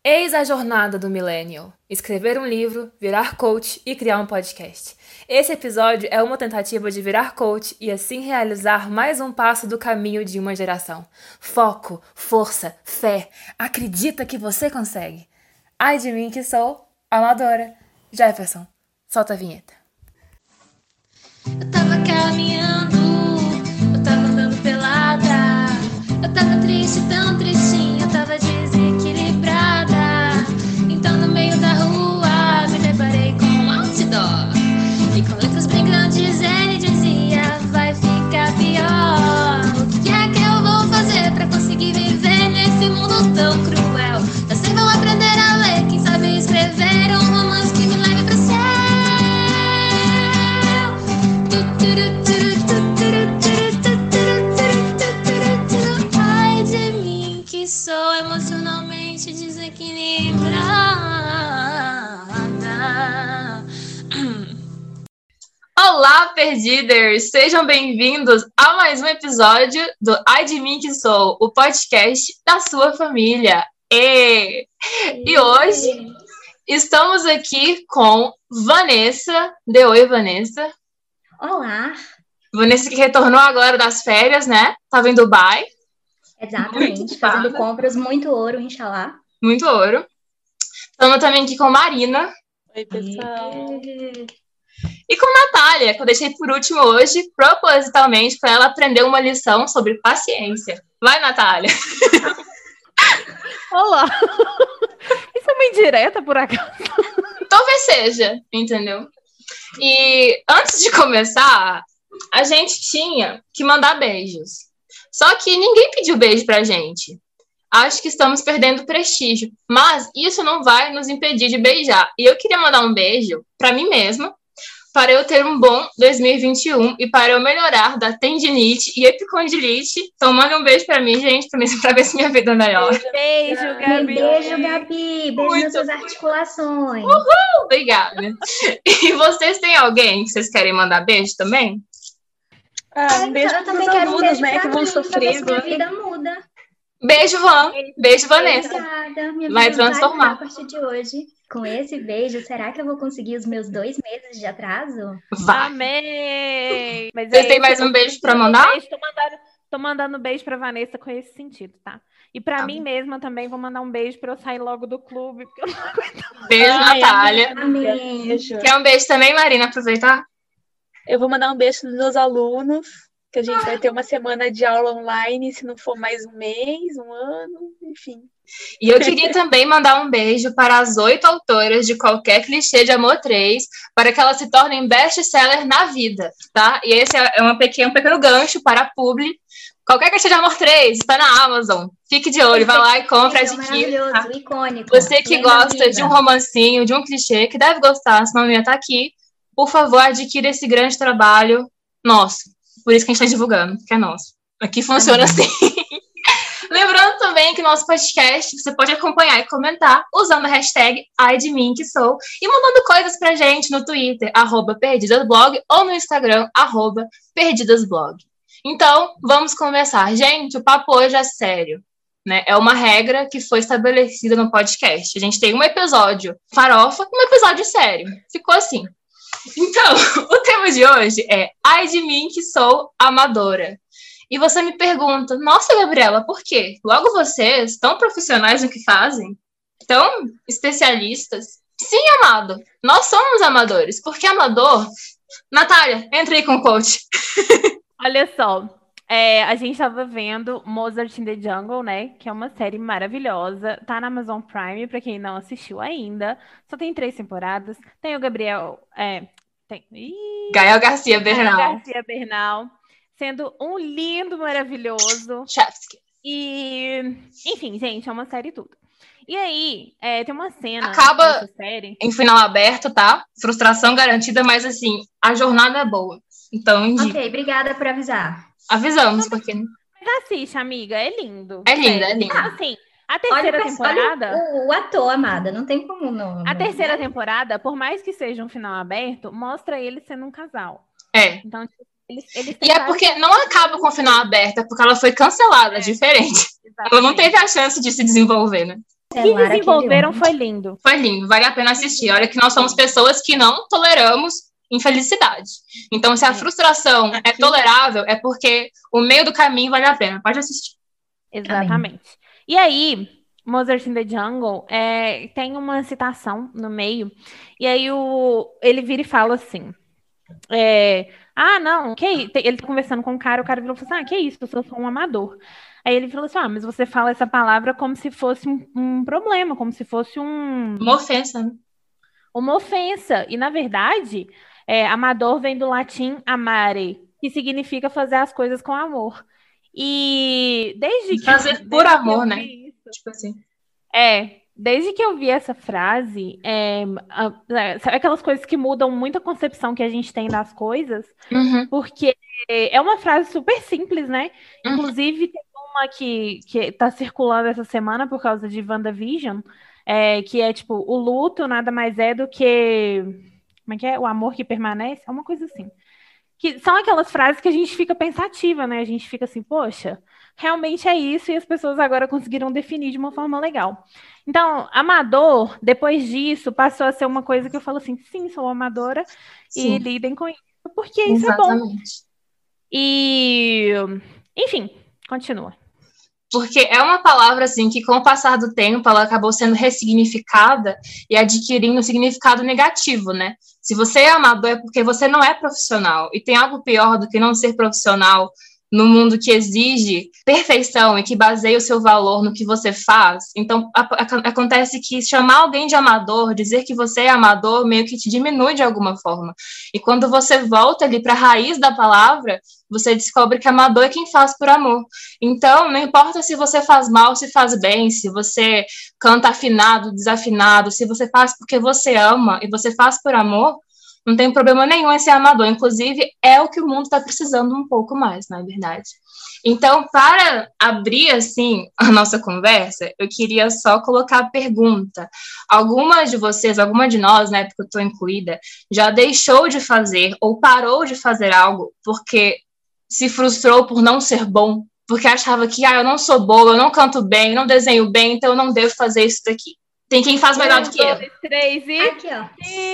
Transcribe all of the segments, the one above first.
Eis a jornada do Millennial: escrever um livro, virar coach e criar um podcast. Esse episódio é uma tentativa de virar coach e assim realizar mais um passo do caminho de uma geração. Foco, força, fé. Acredita que você consegue. Ai de mim que sou amadora. Jefferson, solta a vinheta. Eu tava caminhando, eu tava andando pelada. Eu tava triste, tão tristinha, eu tava desequilibrada. Então no meio da rua me deparei com um outdoor. E com letras bem grandes ele dizia: vai ficar pior. O que é que eu vou fazer pra conseguir viver nesse mundo tão cruel? Eu sei, vou aprender a ler, quem sabe escrever um romance que me leve pro céu. Ai de mim que sou emocionalmente desequilibrada. Olá, perdiders! Sejam bem-vindos a mais um episódio do Ai de Mim Que Sou, o podcast da sua família. E hoje estamos aqui com Vanessa. Dê oi, Vanessa. Olá! Vanessa que retornou agora das férias, né? Tava em Dubai. Exatamente, fazendo compras, muito ouro, inshallah. Muito ouro. Estamos também aqui com Marina. Oi, pessoal. E com Natália, que eu deixei por último hoje, propositalmente, para ela aprender uma lição sobre paciência. Vai, Natália! Olá! Isso é uma indireta, por acaso? Talvez seja, entendeu? E antes de começar, a gente tinha que mandar beijos. Só que ninguém pediu beijo pra gente. Acho que estamos perdendo prestígio. Mas isso não vai nos impedir de beijar. E eu queria mandar um beijo pra mim mesma, para eu ter um bom 2021 e para eu melhorar da tendinite e epicondilite. Então manda um beijo pra mim, gente, pra ver se minha vida é melhor. Beijo, Gabi. Beijo, Gabi. Beijo nas suas articulações. Uhul, obrigada. E vocês têm alguém que vocês querem mandar beijo também? Um beijo eu para também os quero um alunos, beijo né, pra que vão mim, pra ver sofrer se minha agora. vida muda. Beijo, Van. Beijo, Vanessa. Obrigada. Minha Vai vida transformar. mudar a partir de hoje. Com esse beijo, será que eu vou conseguir os meus 2 meses de atraso? Vai. Amém! Mas Vocês têm mais um beijo pra mandar? Tô mandando beijo pra Vanessa com esse sentido, tá? E pra mim mesma também vou mandar um beijo pra eu sair logo do clube, porque eu não aguento. Beijo, Natália. Amém. Beijo. Quer um beijo também, Marina? Aproveitar? Eu vou mandar um beijo pros meus alunos, que a gente vai ter uma semana de aula online, se não for mais um mês, um ano, enfim. E eu queria também mandar um beijo para as 8 autoras de qualquer clichê de Amor 3, para que elas se tornem best-seller na vida, tá? E esse é um pequeno gancho para a publi. Qualquer clichê de Amor 3 está na Amazon. Fique de olho, vai lá e compra, adquire. Tá? Maravilhoso, icônico. Você que Lenda gosta viva. de um romancinho, de um clichê, que deve gostar, senão não ia estar aqui, por favor, adquira esse grande trabalho nosso. Por isso que a gente está divulgando, que é nosso. Aqui funciona assim. Lembrando também que nosso podcast você pode acompanhar e comentar usando a hashtag #AiDeMimQueSou e mandando coisas pra gente no Twitter, @perdidasblog, ou no Instagram, @perdidasblog. Então, vamos começar. Gente, o papo hoje é sério, né? É uma regra que foi estabelecida no podcast. A gente tem um episódio farofa e um episódio sério. Ficou assim. Então, o tema de hoje é Ai de mim que sou amadora. E você me pergunta, nossa, Gabriela, por quê? Logo vocês, tão profissionais no que fazem, tão especialistas. Sim, amado, nós somos amadores, porque amador... Natália, entra aí com o coach. Olha só, a gente tava vendo Mozart in the Jungle, né? Que é uma série maravilhosa. Tá na Amazon Prime, pra quem não assistiu ainda. Só tem 3 temporadas. Tem o Gabriel... Gael Garcia Bernal. Sendo um lindo, maravilhoso. Chefsky. E, enfim, gente, é uma série e tudo. E aí, tem uma cena Acaba nessa série. em final aberto, tá? Frustração garantida, mas assim, a jornada é boa. Então, indico. Ok, obrigada por avisar. Avisamos, porque... Mas assiste, amiga, é lindo. É lindo, Sério. é lindo. Assim, a terceira temporada... Olha o ator, amada, não tem como não. A terceira temporada, por mais que seja um final aberto, mostra eles sendo um casal. É. Então, eles E é porque não acaba com o final aberto, é porque ela foi cancelada, é diferente. Exatamente. Ela não teve a chance de se desenvolver, né? que Cancelar aquele desenvolveram homem. foi lindo. Foi lindo, vale a pena assistir. Olha que nós somos pessoas que não toleramos infelicidade. Então, se a frustração é tolerável, é porque o meio do caminho vale a pena. Pode assistir. Exatamente. E aí, Mozart in the Jungle tem uma citação no meio, e aí ele vira e fala assim: não, ele tá conversando com o cara virou e falou assim: que isso, eu sou um amador. Aí ele falou assim: mas você fala essa palavra como se fosse um problema, como se fosse uma ofensa, né? Uma ofensa. E, na verdade, amador vem do latim amare, que significa fazer as coisas com amor. E fazer por amor, né? Tipo assim. Desde que eu vi essa frase, sabe aquelas coisas que mudam muito a concepção que a gente tem das coisas? Uhum. Porque é uma frase super simples, né? Inclusive, tem uma que tá circulando essa semana por causa de WandaVision, que é tipo, o luto nada mais é do que... Como é que é? O amor que permanece? É uma coisa assim. Que são aquelas frases que a gente fica pensativa, né? A gente fica assim, poxa, realmente é isso, e as pessoas agora conseguiram definir de uma forma legal. Então, amador, depois disso, passou a ser uma coisa que eu falo assim, sim, sou amadora, e lidem com isso, porque isso é bom. E, enfim, continua. Porque é uma palavra, assim, que com o passar do tempo, ela acabou sendo ressignificada e adquirindo um significado negativo, né? Se você é amador é porque você não é profissional. E tem algo pior do que não ser profissional no mundo que exige perfeição e que baseia o seu valor no que você faz. Então, acontece que chamar alguém de amador, dizer que você é amador, meio que te diminui de alguma forma. E quando você volta ali para a raiz da palavra, você descobre que amador é quem faz por amor. Então, não importa se você faz mal, se faz bem, se você canta afinado, desafinado, se você faz porque você ama e você faz por amor, não tem problema nenhum em ser amador. Inclusive, é o que o mundo está precisando um pouco mais, não é verdade? Então, para abrir, assim, a nossa conversa, eu queria só colocar a pergunta. Alguma de vocês, alguma de nós, né, porque eu estou incluída, já deixou de fazer ou parou de fazer algo porque se frustrou por não ser bom? Porque achava que, eu não sou boa, eu não canto bem, não desenho bem, então eu não devo fazer isso daqui. Tem quem faz melhor do que eu. 2, 3 e... Aqui, ó.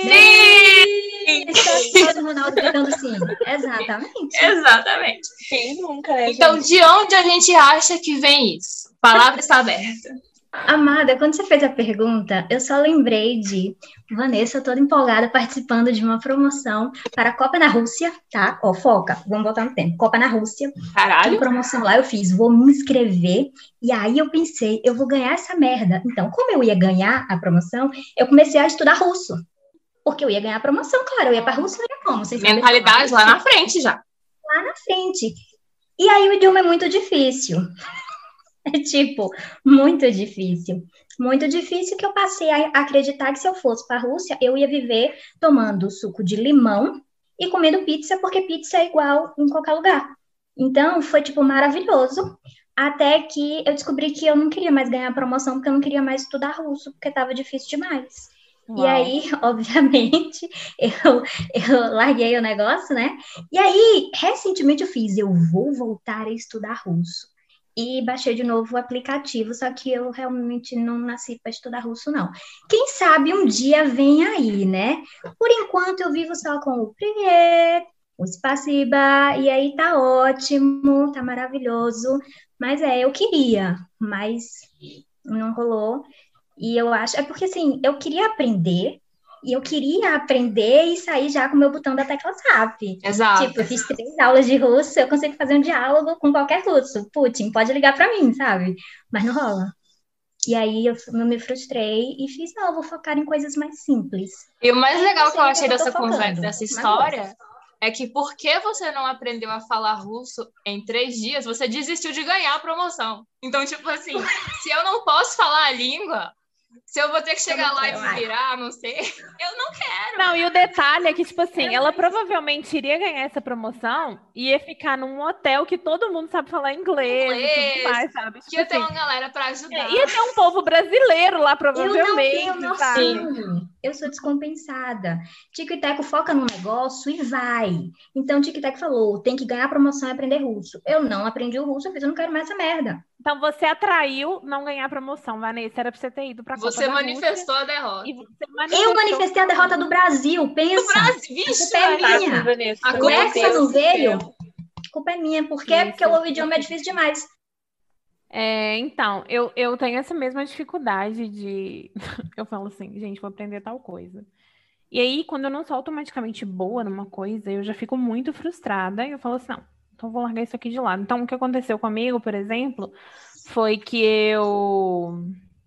Todo mundo gritando sim. Exatamente. Exatamente. Quem nunca, né, Então, gente? de onde a gente acha que vem isso? A palavra está aberta. Amada, quando você fez a pergunta, eu só lembrei de Vanessa toda empolgada participando de uma promoção para a Copa na Rússia, tá? Ó, foca, vamos botar no tempo. Copa na Rússia. Caralho. Tinha promoção lá, eu fiz, vou me inscrever. E aí eu pensei, eu vou ganhar essa merda. Então, como eu ia ganhar a promoção, eu comecei a estudar russo. Porque eu ia ganhar a promoção, claro, eu ia para a Rússia, eu ia como? Vocês sabem Mentalidade lá na frente já. lá na frente. E aí o idioma é muito difícil. É tipo, muito difícil. Muito difícil que eu passei a acreditar que se eu fosse para a Rússia, eu ia viver tomando suco de limão e comendo pizza, porque pizza é igual em qualquer lugar. Então, foi, tipo, maravilhoso. Até que eu descobri que eu não queria mais ganhar a promoção, porque eu não queria mais estudar russo, porque estava difícil demais. Uau. E aí, obviamente, eu larguei o negócio, né? E aí, recentemente eu vou voltar a estudar russo. E baixei de novo o aplicativo, só que eu realmente não nasci para estudar russo, não. Quem sabe um dia vem aí, né? Por enquanto eu vivo só com o privet, o spasiba, e aí tá ótimo, tá maravilhoso. Mas eu queria, mas não rolou. E eu acho, é porque assim, eu queria aprender e sair já com o meu botão da tecla SAP. Exato. Tipo, eu fiz 3 aulas de russo, eu consigo fazer um diálogo com qualquer russo. Putin, pode ligar pra mim, sabe? Mas não rola. E aí eu me frustrei e fiz, não, eu vou focar em coisas mais simples. E o mais legal que eu achei eu tô dessa focando, conversa, dessa mas história, é que porque você não aprendeu a falar russo em 3 dias, você desistiu de ganhar a promoção. Então, tipo assim, se eu não posso falar a língua, se eu vou ter que chegar lá e me virar, não sei, eu não quero. Não, e o detalhe é que, tipo assim, ela provavelmente iria ganhar essa promoção e ia ficar num hotel que todo mundo sabe falar inglês e tudo mais, sabe? Que ia Tipo ter assim, uma galera pra ajudar. ia ter um povo brasileiro lá, Eu não provavelmente, tenho sabe? noção. Eu sou descompensada. Tico e Teco foca num negócio e vai. Então, Tico e Teco falou, tem que ganhar a promoção e aprender russo. Eu não aprendi o russo, eu fiz, eu não quero mais essa merda. Então você atraiu não ganhar promoção, Vanessa. Era pra você ter ido pra Copa Você da manifestou a Rússia derrota. e você Eu manifestou. manifestei a derrota do Brasil, pensa. Brasil, A vixe, culpa é Maria. Tadinha, minha. Vanessa. A O culpa Hexa Deus não do veio, céu. a culpa é minha. Por quê? Porque o Isso. idioma é difícil demais. Então, eu tenho essa mesma dificuldade de. Eu falo assim, gente, vou aprender tal coisa. E aí, quando eu não sou automaticamente boa numa coisa, eu já fico muito frustrada e eu falo assim, não, então eu vou largar isso aqui de lado. Então, o que aconteceu comigo, por exemplo, foi que eu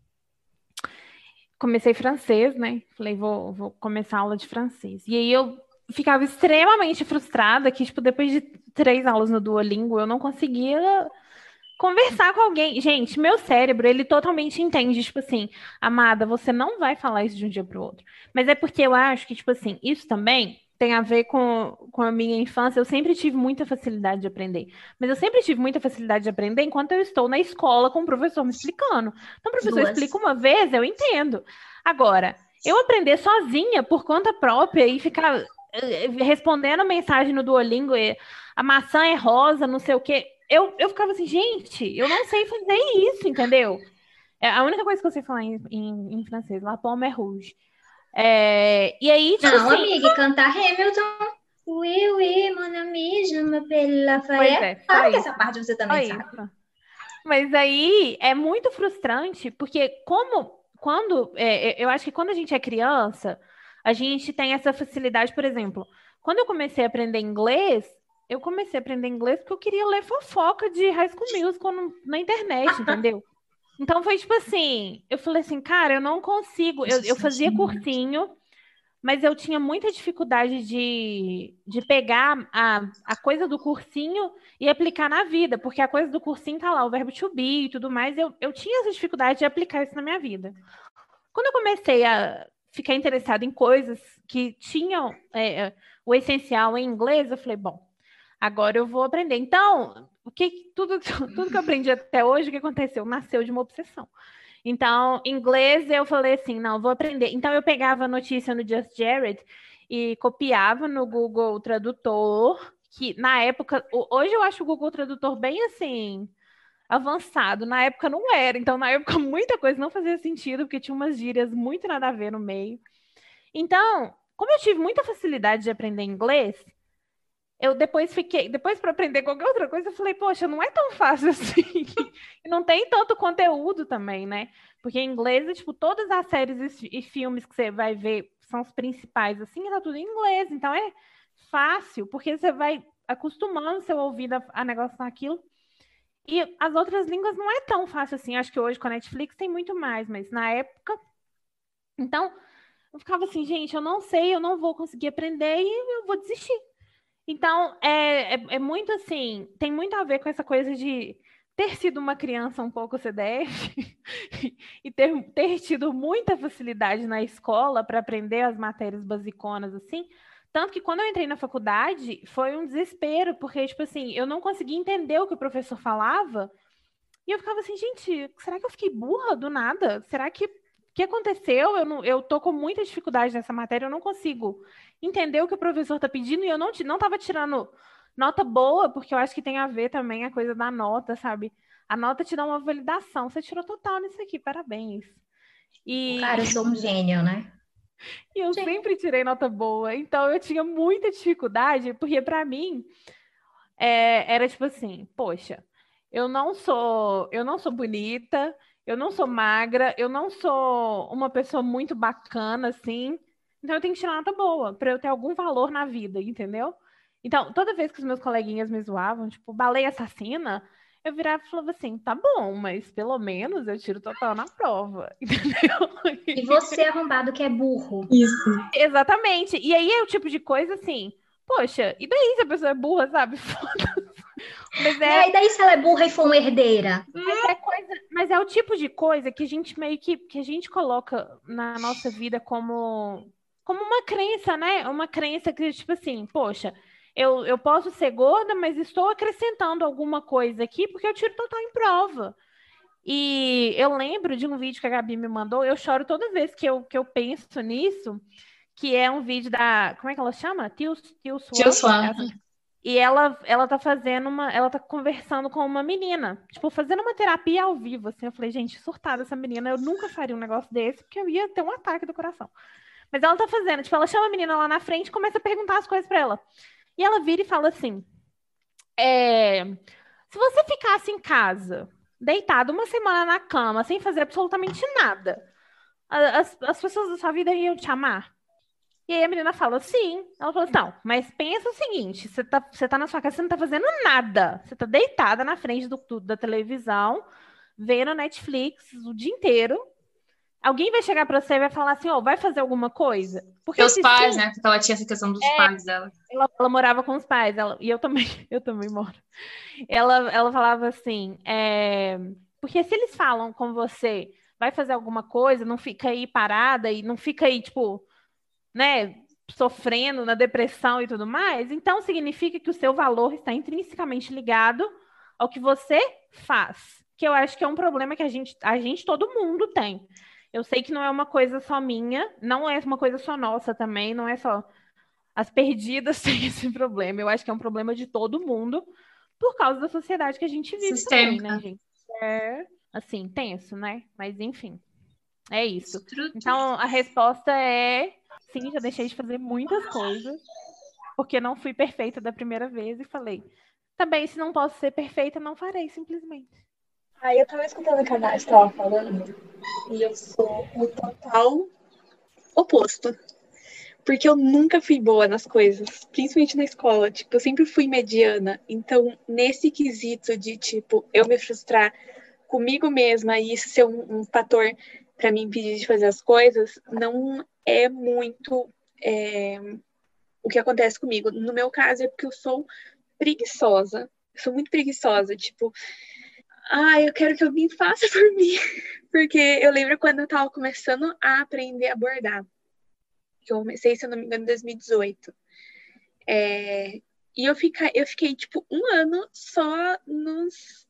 comecei francês, né? Falei, vou começar a aula de francês. E aí eu ficava extremamente frustrada que, tipo, depois de 3 aulas no Duolingo, eu não conseguia conversar com alguém. Gente, meu cérebro, ele totalmente entende, tipo assim, amada, você não vai falar isso de um dia pro outro. Mas é porque eu acho que, tipo assim, isso também tem a ver com a minha infância. Eu sempre tive muita facilidade de aprender. Mas eu sempre tive muita facilidade de aprender enquanto eu estou na escola com o professor me explicando. Então, o professor Duas. explica uma vez, eu entendo. Agora, eu aprender sozinha, por conta própria, e ficar respondendo mensagem no Duolingo, a maçã é rosa, não sei o quê. Eu ficava assim, gente, eu não sei fazer isso, entendeu? É a única coisa que eu sei falar em francês, La Pomme é rouge. E aí, tipo Não, assim, amiga, e cantar Hamilton. Oui, oui, mon ami, je m'appelle pois Lafayette. é, só Claro que isso, essa parte você só também sabe. isso. Mas aí é muito frustrante, porque eu acho que quando a gente é criança, a gente tem essa facilidade, por exemplo, quando eu comecei a aprender inglês, eu comecei a aprender inglês porque eu queria ler fofoca de High School Musical na internet, entendeu? Então foi tipo assim, eu falei assim, cara, eu não consigo, eu fazia cursinho, mas eu tinha muita dificuldade de pegar a coisa do cursinho e aplicar na vida, porque a coisa do cursinho tá lá, o verbo to be e tudo mais, eu tinha essa dificuldade de aplicar isso na minha vida. Quando eu comecei a ficar interessada em coisas que tinham o essencial em inglês, eu falei, bom, agora eu vou aprender. Então, tudo que eu aprendi até hoje, o que aconteceu? Nasceu de uma obsessão. Então, inglês, eu falei assim, não, vou aprender. Então, eu pegava a notícia no Just Jared e copiava no Google Tradutor, que na época, hoje eu acho o Google Tradutor bem assim, avançado. Na época não era. Então, na época, muita coisa não fazia sentido, porque tinha umas gírias muito nada a ver no meio. Então, como eu tive muita facilidade de aprender inglês, eu depois para aprender qualquer outra coisa, eu falei, poxa, não é tão fácil assim. E não tem tanto conteúdo também, né? Porque em inglês, tipo, todas as séries e filmes que você vai ver são os principais, assim, tá tudo em inglês. Então é fácil, porque você vai acostumando seu ouvido a negócio naquilo. E as outras línguas não é tão fácil assim. Acho que hoje com a Netflix tem muito mais, mas na época. Então, eu ficava assim, gente, eu não sei, eu não vou conseguir aprender e eu vou desistir. Então, é muito assim, tem muito a ver com essa coisa de ter sido uma criança um pouco CDF e ter tido muita facilidade na escola para aprender as matérias basiconas, assim. Tanto que quando eu entrei na faculdade, foi um desespero, porque, tipo assim, eu não conseguia entender o que o professor falava, e eu ficava assim, gente, será que eu fiquei burra do nada? Será que o que aconteceu? Eu tô com muita dificuldade nessa matéria, eu não consigo entender o que o professor está pedindo e eu não estava tirando nota boa, porque eu acho que tem a ver também a coisa da nota, sabe? A nota te dá uma validação. Você tirou total nisso aqui, parabéns. Cara, eu sou um gênio, né? E eu sempre tirei nota boa, então eu tinha muita dificuldade, porque para mim era tipo assim, poxa, eu não sou bonita, eu não sou magra, eu não sou uma pessoa muito bacana, assim. Então eu tenho que tirar nota boa para eu ter algum valor na vida, entendeu? Então, toda vez que os meus coleguinhas me zoavam, tipo, baleia assassina, eu virava e falava assim, tá bom, mas pelo menos eu tiro total na prova, entendeu? E você, arrombado, que é burro. Isso. Exatamente. E aí é o tipo de coisa assim, poxa, e daí se a pessoa é burra, sabe? Mas E daí se ela é burra e for uma herdeira? Mas é o tipo de coisa que a gente meio que a gente coloca na nossa vida como uma crença, né? Uma crença que, tipo assim, poxa, eu posso ser gorda, mas estou acrescentando alguma coisa aqui porque eu tiro total em prova. E eu lembro de um vídeo que a Gabi me mandou, eu choro toda vez que eu penso nisso, que é um vídeo da. Como é que ela chama? Tio Tio Swan? Swan. É assim E ela tá ela tá conversando com uma menina, tipo, fazendo uma terapia ao vivo, assim. Eu falei, gente, surtada essa menina, eu nunca faria um negócio desse, porque eu ia ter um ataque do coração. Mas ela tá fazendo, tipo, ela chama a menina lá na frente e começa a perguntar as coisas pra ela. E ela vira e fala assim, se você ficasse em casa, deitado uma semana na cama, sem fazer absolutamente nada, as pessoas da sua vida iam te amar? E aí a menina fala, sim. Ela falou, não, mas pensa o seguinte, você tá na sua casa, você não tá fazendo nada. Você tá deitada na frente da televisão, vendo Netflix o dia inteiro. Alguém vai chegar pra você e vai falar assim, vai fazer alguma coisa? Porque Seus se pais, sim, né? Porque ela tinha essa questão dos pais dela. ela morava com os pais, e eu também, eu também moro. Ela falava assim, porque se eles falam com você, vai fazer alguma coisa, não fica aí parada e não fica aí, tipo, né, sofrendo na depressão e tudo mais, então significa que o seu valor está intrinsecamente ligado ao que você faz. Que eu acho que é um problema que todo mundo tem. Eu sei que não é uma coisa só minha, não é uma coisa só nossa também, não é só as perdidas têm esse problema. Eu acho que é um problema de todo mundo por causa da sociedade que a gente vive também, né, Sistêmica. gente? É, assim, tenso, né? Mas enfim. É isso. Estrutura. Então, a resposta é sim, já deixei de fazer muitas coisas, porque não fui perfeita da primeira vez e falei, também, se não posso ser perfeita, não farei, simplesmente. Aí eu tava escutando o que a Nath estava falando e eu sou o total oposto. Porque eu nunca fui boa nas coisas, principalmente na escola. Tipo, eu sempre fui mediana. Então, nesse quesito de, tipo, eu me frustrar comigo mesma e isso ser um fator para me impedir de fazer as coisas, não é muito o que acontece comigo. No meu caso, é porque eu sou preguiçosa. Eu sou muito preguiçosa. Tipo, eu quero que alguém faça por mim. Porque eu lembro quando eu tava começando a aprender a bordar. Que eu comecei, se eu não me engano, em 2018. E eu fiquei, tipo, um ano só nos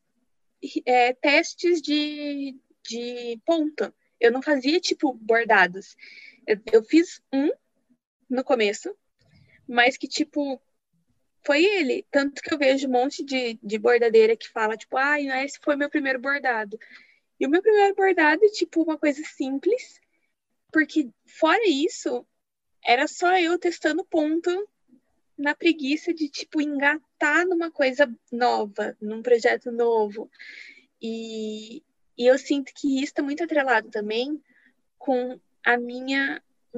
testes de ponta. Eu não fazia, tipo, bordados. Eu fiz um no começo, mas que, tipo, foi ele. Tanto que eu vejo um monte de bordadeira que fala, tipo, esse foi meu primeiro bordado. E o meu primeiro bordado é, tipo, uma coisa simples, porque, fora isso, era só eu testando ponto na preguiça de, tipo, engatar numa coisa nova, num projeto novo. E eu sinto que isso está muito atrelado também com a minha...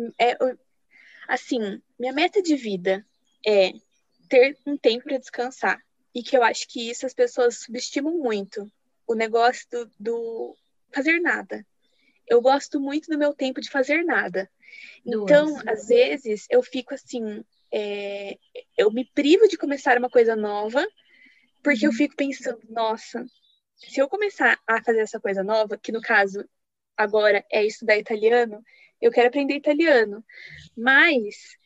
assim, minha meta de vida é ter um tempo para descansar. E que eu acho que isso as pessoas subestimam muito. O negócio do fazer nada. Eu gosto muito do meu tempo de fazer nada. Então, às vezes, eu fico assim... eu me privo de começar uma coisa nova, porque eu fico pensando, nossa, se eu começar a fazer essa coisa nova, que no caso agora é estudar italiano, eu quero aprender italiano, mas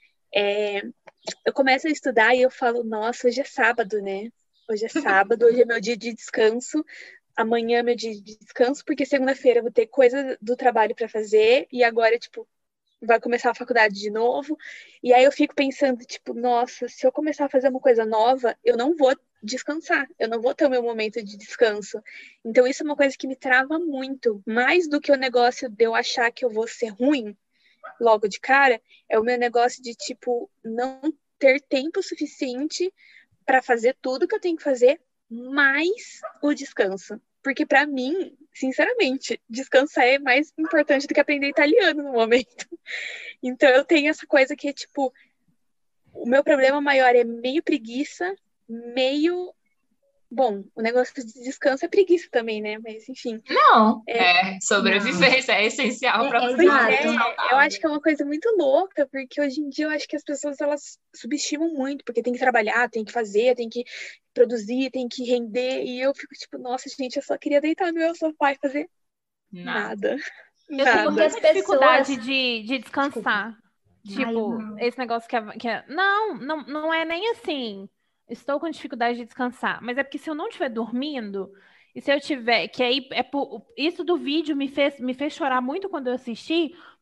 eu começo a estudar e eu falo, nossa, hoje é sábado, né? Hoje é sábado, hoje é meu dia de descanso, amanhã é meu dia de descanso, porque segunda-feira eu vou ter coisa do trabalho para fazer, e agora, tipo, vai começar a faculdade de novo, e aí eu fico pensando, tipo, nossa, se eu começar a fazer uma coisa nova, eu não vou descansar, eu não vou ter o meu momento de descanso. Então isso é uma coisa que me trava muito, mais do que o negócio de eu achar que eu vou ser ruim logo de cara, é o meu negócio de, tipo, não ter tempo suficiente para fazer tudo que eu tenho que fazer, mais o descanso. Porque para mim, sinceramente, descansar é mais importante do que aprender italiano no momento. Então eu tenho essa coisa que é tipo, o meu problema maior é meio preguiça, meio... Bom, o negócio de descanso é preguiça também, né? Mas enfim. Não, sobrevivência é essencial para você exato. saudável. Eu acho que é uma coisa muito louca, porque hoje em dia eu acho que as pessoas elas subestimam muito, porque tem que trabalhar, tem que fazer, tem que produzir, tem que render, e eu fico tipo, nossa, gente, eu só queria deitar no meu sofá e fazer nada. Eu tenho Porque muita as pessoas- dificuldade de descansar. Ai, eu Tipo, não. esse negócio que é... Não é nem assim. Estou com dificuldade de descansar. Mas é porque se eu não estiver dormindo, e se eu tiver... Que aí, isso do vídeo me fez chorar muito quando eu assisti,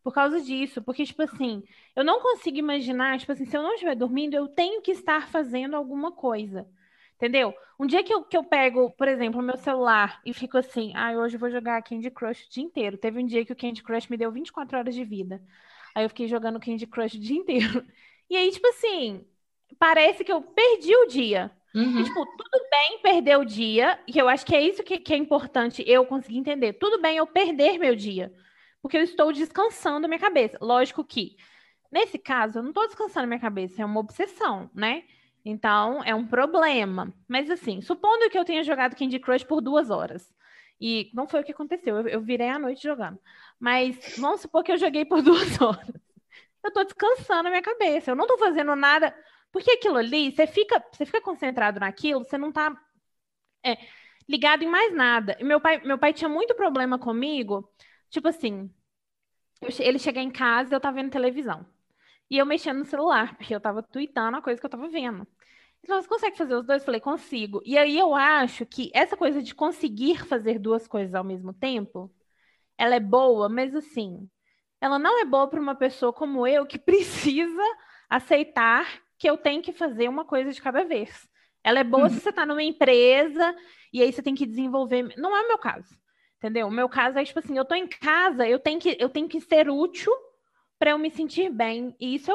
por causa disso. Porque, tipo assim, eu não consigo imaginar, tipo assim, se eu não estiver dormindo, eu tenho que estar fazendo alguma coisa. Entendeu? Um dia que eu pego, por exemplo, o meu celular e fico assim, hoje eu vou jogar Candy Crush o dia inteiro. Teve um dia que o Candy Crush me deu 24 horas de vida. Aí eu fiquei jogando Candy Crush o dia inteiro. E aí, tipo assim, parece que eu perdi o dia. E, tipo, tudo bem perder o dia, que eu acho que é isso que é importante eu conseguir entender. Tudo bem eu perder meu dia, porque eu estou descansando a minha cabeça. Lógico que, nesse caso, eu não estou descansando a minha cabeça, é uma obsessão, né? Então, é um problema. Mas, assim, supondo que eu tenha jogado Candy Crush por 2 horas, e não foi o que aconteceu, eu virei à noite jogando. Mas vamos supor que eu joguei por 2 horas. Eu tô descansando a minha cabeça, eu não tô fazendo nada. Porque aquilo ali, você fica concentrado naquilo, você não tá ligado em mais nada. E meu pai tinha muito problema comigo, tipo assim, ele chegar em casa e eu tava vendo televisão. E eu mexendo no celular, porque eu tava tweetando a coisa que eu tava vendo. Ele falou, você consegue fazer os dois? Eu falei, consigo. E aí eu acho que essa coisa de conseguir fazer duas coisas ao mesmo tempo, ela é boa, mas assim, ela não é boa para uma pessoa como eu que precisa aceitar que eu tenho que fazer uma coisa de cada vez. Ela é boa se você está numa empresa e aí você tem que desenvolver. Não é o meu caso, entendeu? O meu caso é tipo assim, eu tô em casa, eu tenho que ser útil para eu me sentir bem. E isso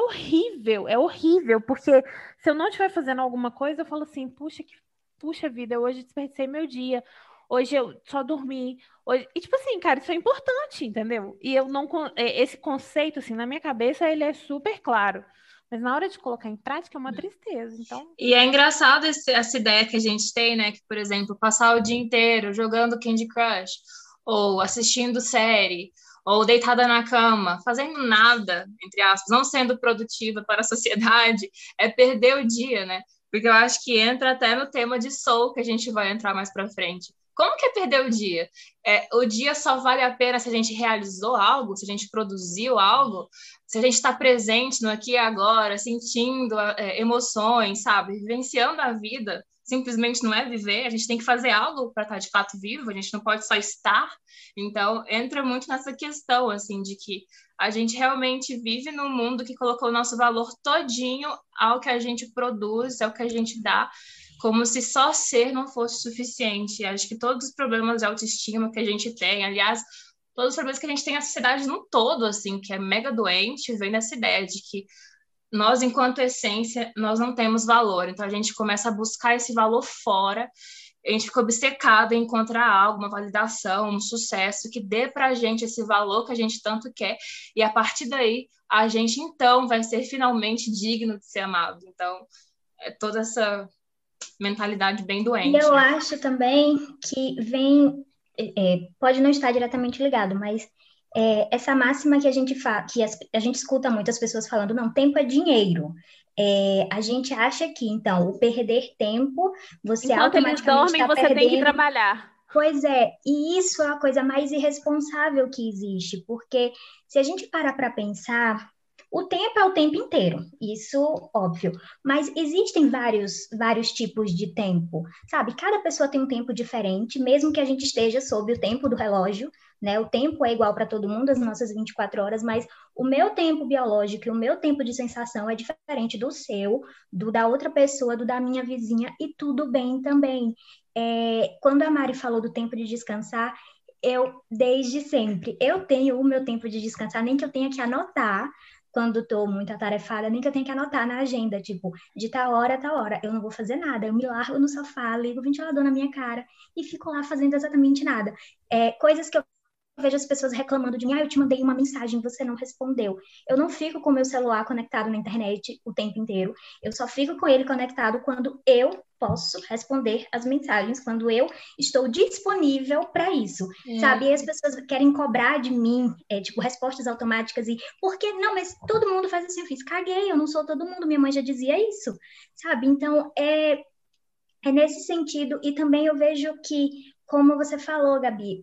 é horrível, porque se eu não estiver fazendo alguma coisa, eu falo assim, puxa vida, hoje desperdicei meu dia. Hoje eu só dormi. Hoje... E, tipo assim, cara, isso é importante, entendeu? E eu não. Esse conceito, assim, na minha cabeça, ele é super claro. Mas na hora de colocar em prática é uma tristeza. Então, E é engraçado essa ideia que a gente tem, né? Que, por exemplo, passar o dia inteiro jogando Candy Crush, ou assistindo série, ou deitada na cama, fazendo nada, entre aspas, não sendo produtiva para a sociedade, é perder o dia, né? Porque eu acho que entra até no tema de soul, que a gente vai entrar mais para frente. Como que é perder o dia? O dia só vale a pena se a gente realizou algo, se a gente produziu algo, se a gente está presente no aqui e agora, sentindo emoções, sabe? Vivenciando a vida, simplesmente não é viver, a gente tem que fazer algo para estar de fato vivo, a gente não pode só estar. Então, entra muito nessa questão, assim, de que a gente realmente vive num mundo que colocou o nosso valor todinho ao que a gente produz, ao que a gente dá, como se só ser não fosse suficiente. Acho que todos os problemas de autoestima que a gente tem, aliás, todos os problemas que a gente tem na sociedade no todo, assim, que é mega doente, vem dessa ideia de que nós, enquanto essência, nós não temos valor. Então, a gente começa a buscar esse valor fora, a gente fica obcecado em encontrar algo, uma validação, um sucesso que dê pra gente esse valor que a gente tanto quer, e a partir daí, a gente, então, vai ser finalmente digno de ser amado. Então, é toda essa mentalidade bem doente. E eu acho também que vem, pode não estar diretamente ligado, mas essa máxima que a gente a gente escuta muito as pessoas falando, não, tempo é dinheiro. A gente acha que, então, o perder tempo, você enquanto eles automaticamente dormem, está você tem que perdendo. trabalhar. Pois é, e isso é a coisa mais irresponsável que existe, porque se a gente parar para pensar, o tempo é o tempo inteiro, isso óbvio, mas existem vários tipos de tempo, sabe? Cada pessoa tem um tempo diferente, mesmo que a gente esteja sob o tempo do relógio, né? O tempo é igual para todo mundo, as nossas 24 horas, mas o meu tempo biológico e o meu tempo de sensação é diferente do seu, do da outra pessoa, do da minha vizinha, e tudo bem também. Quando a Mari falou do tempo de descansar, desde sempre, eu tenho o meu tempo de descansar, nem que eu tenha que anotar, quando estou muito atarefada, nem que eu tenha que anotar na agenda, tipo, de tal hora a tal hora, eu não vou fazer nada, eu me largo no sofá, ligo o ventilador na minha cara e fico lá fazendo exatamente nada. Coisas que eu vejo as pessoas reclamando de mim, eu te mandei uma mensagem, você não respondeu. Eu não fico com o meu celular conectado na internet o tempo inteiro, eu só fico com ele conectado quando eu posso responder as mensagens, quando eu estou disponível para isso, sabe? E as pessoas querem cobrar de mim, tipo, respostas automáticas e, por que não? Mas todo mundo faz assim, eu fiz, caguei, eu não sou todo mundo, minha mãe já dizia isso, sabe? Então, é nesse sentido, e também eu vejo que, como você falou, Gabi,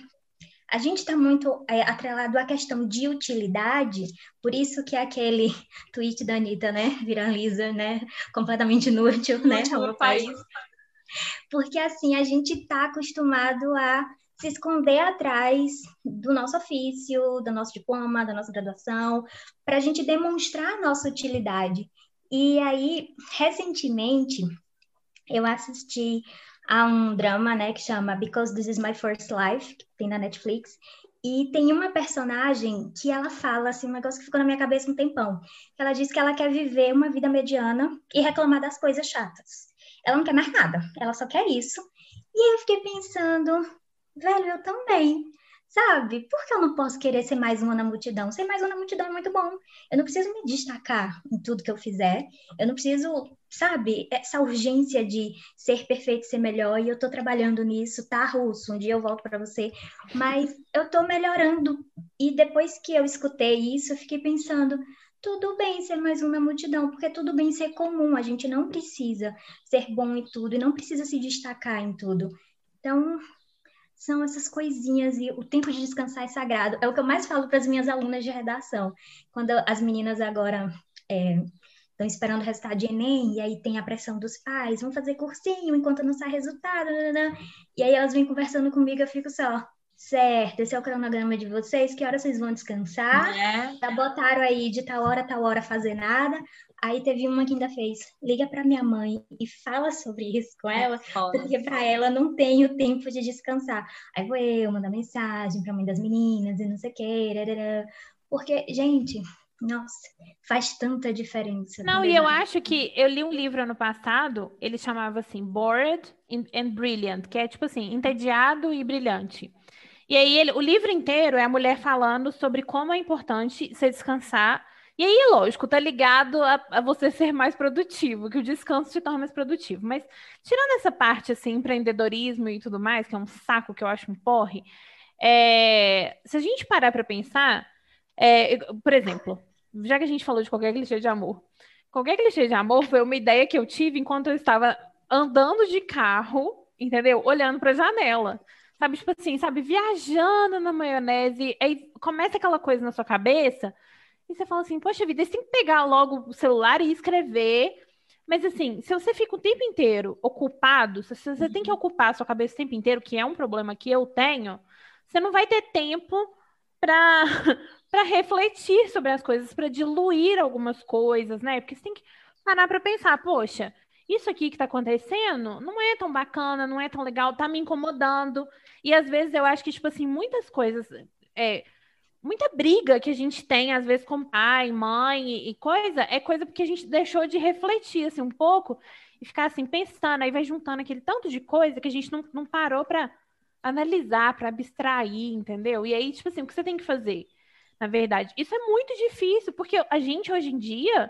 a gente está muito atrelado à questão de utilidade, por isso que aquele tweet da Anitta, né, viraliza, né, completamente inútil, né, ao meu país. Porque, assim, a gente está acostumado a se esconder atrás do nosso ofício, do nosso diploma, da nossa graduação, para a gente demonstrar a nossa utilidade. E aí, recentemente, eu assisti a um drama, né, que chama Because This Is My First Life, que tem na Netflix, e tem uma personagem que ela fala, assim, um negócio que ficou na minha cabeça um tempão. Ela diz que ela quer viver uma vida mediana e reclamar das coisas chatas. Ela não quer mais nada, ela só quer isso. E aí eu fiquei pensando, velho, eu também, sabe? Por que eu não posso querer ser mais uma na multidão? Ser mais uma na multidão é muito bom. Eu não preciso me destacar em tudo que eu fizer. Eu não preciso, sabe, essa urgência de ser perfeito, ser melhor. E eu tô trabalhando nisso, tá, Russo? Um dia eu volto para você. Mas eu tô melhorando. E depois que eu escutei isso, eu fiquei pensando, tudo bem ser mais um na multidão, porque tudo bem ser comum. A gente não precisa ser bom em tudo e não precisa se destacar em tudo. Então, são essas coisinhas e o tempo de descansar é sagrado. É o que eu mais falo para as minhas alunas de redação. Quando as meninas agora estão esperando o resultado de Enem, e aí tem a pressão dos pais, vão fazer cursinho enquanto não sai resultado, nananã. E aí elas vêm conversando comigo, eu fico só, certo, esse é o cronograma de vocês, que hora vocês vão descansar? Já botaram aí de tal hora fazer nada. Aí teve uma que ainda fez, liga para minha mãe e fala sobre isso com ela, porque para ela não tem o tempo de descansar. Aí vou eu mandar mensagem para a mãe das meninas e não sei o quê, porque, gente, nossa, faz tanta diferença. Não, e eu acho que eu li um livro ano passado, ele chamava assim, Bored and Brilliant, que é tipo assim, entediado e brilhante. E aí o livro inteiro é a mulher falando sobre como é importante você descansar. E aí, lógico, tá ligado a você ser mais produtivo, que o descanso te torna mais produtivo. Mas tirando essa parte, assim, empreendedorismo e tudo mais, que é um saco que eu acho um porre, se a gente parar para pensar, por exemplo, já que a gente falou de qualquer clichê de amor foi uma ideia que eu tive enquanto eu estava andando de carro, entendeu? Olhando para a janela. Sabe, tipo assim, sabe, viajando na maionese, aí começa aquela coisa na sua cabeça, e você fala assim, poxa vida, você tem que pegar logo o celular e escrever. Mas assim, se você fica o tempo inteiro ocupado, se você tem que ocupar a sua cabeça o tempo inteiro, que é um problema que eu tenho, você não vai ter tempo para para refletir sobre as coisas, para diluir algumas coisas, né? Porque você tem que parar para pensar, poxa, isso aqui que está acontecendo não é tão bacana, não é tão legal, tá me incomodando. E às vezes eu acho que, tipo assim, muitas coisas, muita briga que a gente tem, às vezes, com pai, mãe e coisa, é coisa porque a gente deixou de refletir, assim, um pouco e ficar, assim, pensando, aí vai juntando aquele tanto de coisa que a gente não parou para analisar, para abstrair, entendeu? E aí, tipo assim, o que você tem que fazer? Na verdade, isso é muito difícil, porque a gente, hoje em dia,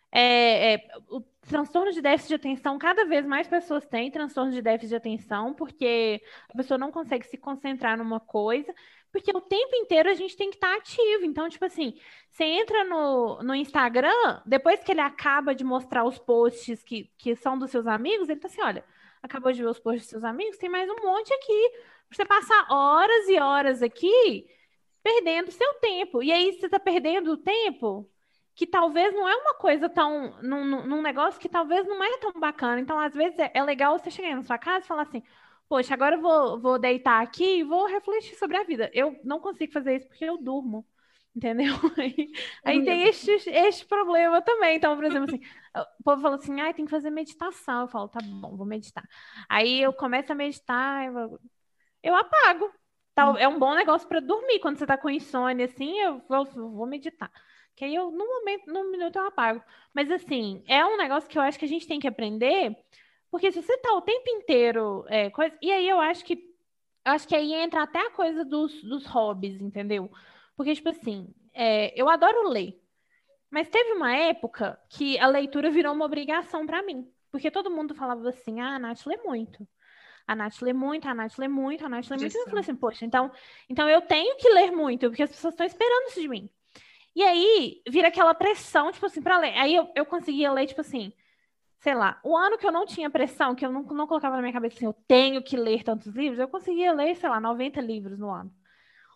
o transtorno de déficit de atenção, cada vez mais pessoas têm transtorno de déficit de atenção, porque a pessoa não consegue se concentrar numa coisa, porque o tempo inteiro a gente tem que estar ativo. Então, tipo assim, você entra no Instagram, depois que ele acaba de mostrar os posts que são dos seus amigos, ele tá assim, olha, acabou de ver os posts dos seus amigos, tem mais um monte aqui. Você passar horas e horas aqui perdendo seu tempo. E aí você tá perdendo o tempo que talvez não é uma coisa tão... num negócio que talvez não é tão bacana. Então, às vezes, é legal você chegar na sua casa e falar assim, poxa, agora eu vou deitar aqui e vou refletir sobre a vida. Eu não consigo fazer isso porque eu durmo, entendeu? Aí tem este problema também. Então, por exemplo, assim, o povo fala assim, tem que fazer meditação. Eu falo, tá bom, vou meditar. Aí eu começo a meditar, eu apago. É um bom negócio para dormir. Quando você tá com insônia, assim, eu vou meditar. Que aí num minuto eu apago. Mas assim, é um negócio que eu acho que a gente tem que aprender, porque se você tá o tempo inteiro, e aí eu acho que aí entra até a coisa dos hobbies, entendeu? Porque, tipo assim, eu adoro ler. Mas teve uma época que a leitura virou uma obrigação para mim. Porque todo mundo falava assim, a Nath lê muito. A Nath lê muito, a Nath lê muito, a Nath lê muito. E eu falei assim, poxa, então eu tenho que ler muito, porque as pessoas estão esperando isso de mim. E aí, vira aquela pressão, tipo assim, pra ler. Aí eu conseguia ler, tipo assim, sei lá, o ano que eu não tinha pressão, que eu não colocava na minha cabeça assim, eu tenho que ler tantos livros, eu conseguia ler, sei lá, 90 livros no ano.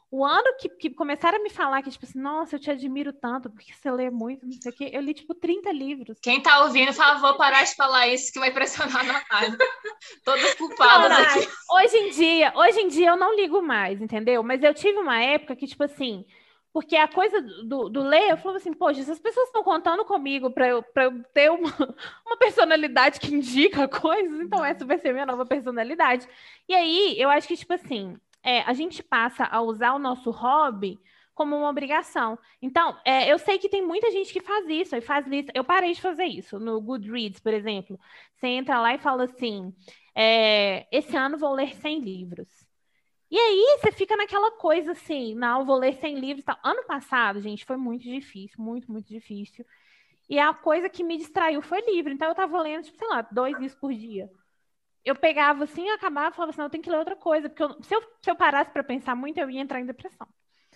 O ano que começaram a me falar que, tipo assim, nossa, eu te admiro tanto, porque você lê muito, não sei o quê. Eu li, tipo, 30 livros. Quem tá ouvindo, por favor, parar de falar isso que vai pressionar a Natália. Todas Não, culpadas não. aqui. Hoje em dia eu não ligo mais, entendeu? Mas eu tive uma época que, tipo assim, porque a coisa do ler, eu falava assim, poxa, se as pessoas estão contando comigo pra eu ter uma personalidade que indica coisas, então essa vai ser minha nova personalidade. E aí, eu acho que, tipo assim, a gente passa a usar o nosso hobby como uma obrigação. Então, eu sei que tem muita gente que faz isso, e faz lista. Eu parei de fazer isso no Goodreads, por exemplo. Você entra lá e fala assim, esse ano vou ler 100 livros. E aí você fica naquela coisa assim, não, vou ler 100 livros e tal. Ano passado, gente, foi muito difícil, muito, muito difícil. E a coisa que me distraiu foi livro. Então eu tava lendo, tipo, sei lá, 2 livros por dia. Eu pegava assim, acabava e falava assim, não, eu tenho que ler outra coisa. Porque se eu parasse para pensar muito, eu ia entrar em depressão.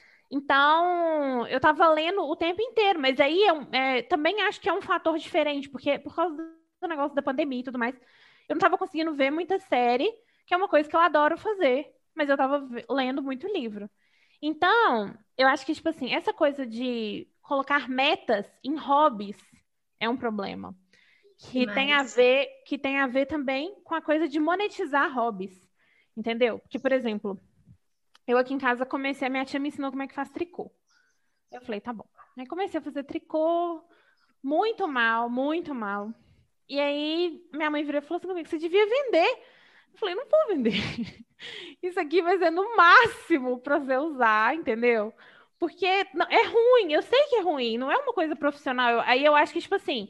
Então, eu tava lendo o tempo inteiro, mas aí também acho que é um fator diferente, porque por causa do negócio da pandemia e tudo mais, eu não tava conseguindo ver muita série, que é uma coisa que eu adoro fazer, mas eu tava lendo muito livro. Então, eu acho que, tipo assim, essa coisa de colocar metas em hobbies é um problema. Demais. Que tem a ver também com a coisa de monetizar hobbies. Entendeu? Porque, por exemplo, eu aqui em casa comecei, a minha tia me ensinou como é que faz tricô. Eu falei, tá bom. Aí comecei a fazer tricô, muito mal, muito mal. E aí minha mãe virou e falou assim comigo, você devia vender. Eu falei, não vou vender. Isso aqui vai ser no máximo para você usar, entendeu? Porque é ruim, eu sei que é ruim, não é uma coisa profissional. Aí eu acho que, tipo assim,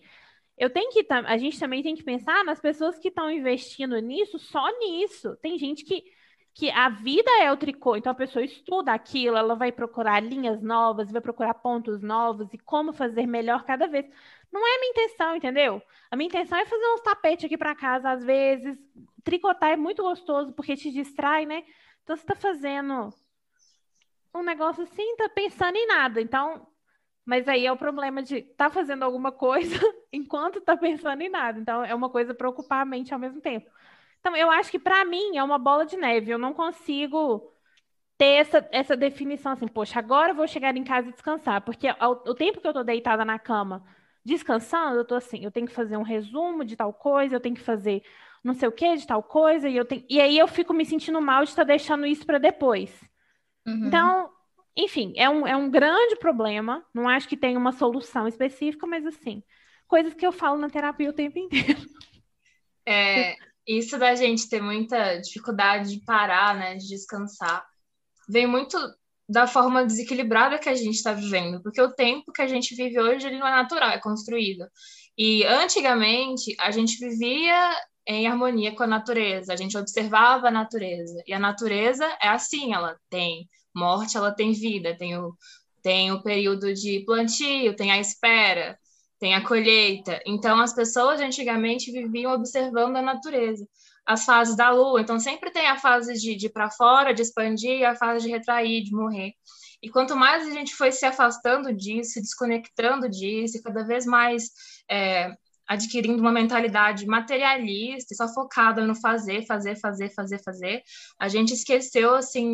a gente também tem que pensar nas pessoas que estão investindo nisso, só nisso. Tem gente que a vida é o tricô, então a pessoa estuda aquilo, ela vai procurar linhas novas, vai procurar pontos novos e como fazer melhor cada vez. Não é a minha intenção, entendeu? A minha intenção é fazer uns tapetes aqui para casa, às vezes. Tricotar é muito gostoso porque te distrai, né? Então você tá fazendo um negócio assim, tá pensando em nada. Então, mas aí é o problema de estar fazendo alguma coisa enquanto está pensando em nada. Então, é uma coisa para ocupar a mente ao mesmo tempo. Então, eu acho que para mim é uma bola de neve. Eu não consigo ter essa definição assim, poxa, agora eu vou chegar em casa e descansar. Porque o tempo que eu estou deitada na cama descansando, eu estou assim, eu tenho que fazer um resumo de tal coisa, eu tenho que fazer não sei o que de tal coisa, e aí eu fico me sentindo mal de estar deixando isso para depois. Uhum. Então, enfim, é um grande problema. Não acho que tenha uma solução específica, mas assim, coisas que eu falo na terapia o tempo inteiro. Isso da gente ter muita dificuldade de parar, né, de descansar, vem muito da forma desequilibrada que a gente está vivendo, porque o tempo que a gente vive hoje ele não é natural, é construído. E antigamente a gente vivia em harmonia com a natureza, a gente observava a natureza, e a natureza é assim, ela tem morte, ela tem vida, tem o período de plantio, tem a espera, tem a colheita. Então as pessoas antigamente viviam observando a natureza, as fases da lua. Então, sempre tem a fase de ir para fora, de expandir, e a fase de retrair, de morrer. E quanto mais a gente foi se afastando disso, se desconectando disso, e cada vez mais adquirindo uma mentalidade materialista, só focada no fazer, fazer, fazer, fazer, fazer, a gente esqueceu, assim,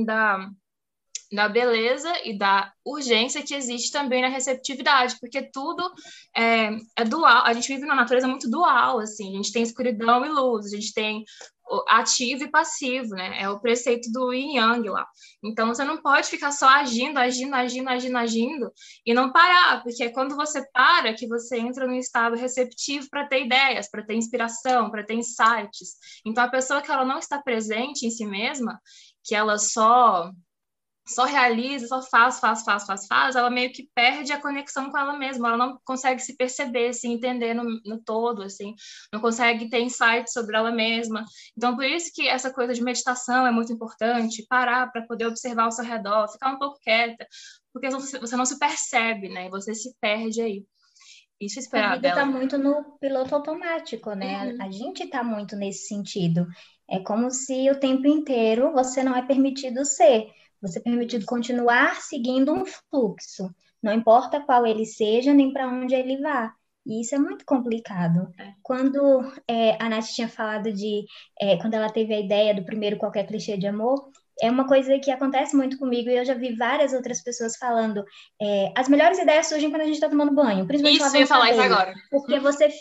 da beleza e da urgência que existe também na receptividade, porque tudo é dual. A gente vive numa natureza muito dual, assim. A gente tem escuridão e luz, a gente tem ativo e passivo, né? É o preceito do Yin Yang lá. Então, você não pode ficar só agindo, agindo, agindo, agindo, agindo e não parar, porque é quando você para que você entra num estado receptivo para ter ideias, para ter inspiração, para ter insights. Então, a pessoa que ela não está presente em si mesma, que ela só realiza, só faz, ela meio que perde a conexão com ela mesma, ela não consegue se perceber, se entender no todo, assim, não consegue ter insight sobre ela mesma. Então, por isso que essa coisa de meditação é muito importante, parar para poder observar ao seu redor, ficar um pouco quieta, porque você não se percebe, né? Você se perde aí. Isso A esperar vida está dela. muito no piloto automático, né? A gente está muito nesse sentido. É como se o tempo inteiro você não é permitido ser. Você é permitido continuar seguindo um fluxo. Não importa qual ele seja, nem para onde ele vá. E isso é muito complicado. Quando a Nath tinha falado quando ela teve a ideia do primeiro Qualquer Clichê de Amor, é uma coisa que acontece muito comigo e eu já vi várias outras pessoas falando. As melhores ideias surgem quando a gente está tomando banho, principalmente Isso, eu ia lavando falar isso cabelo. agora. Porque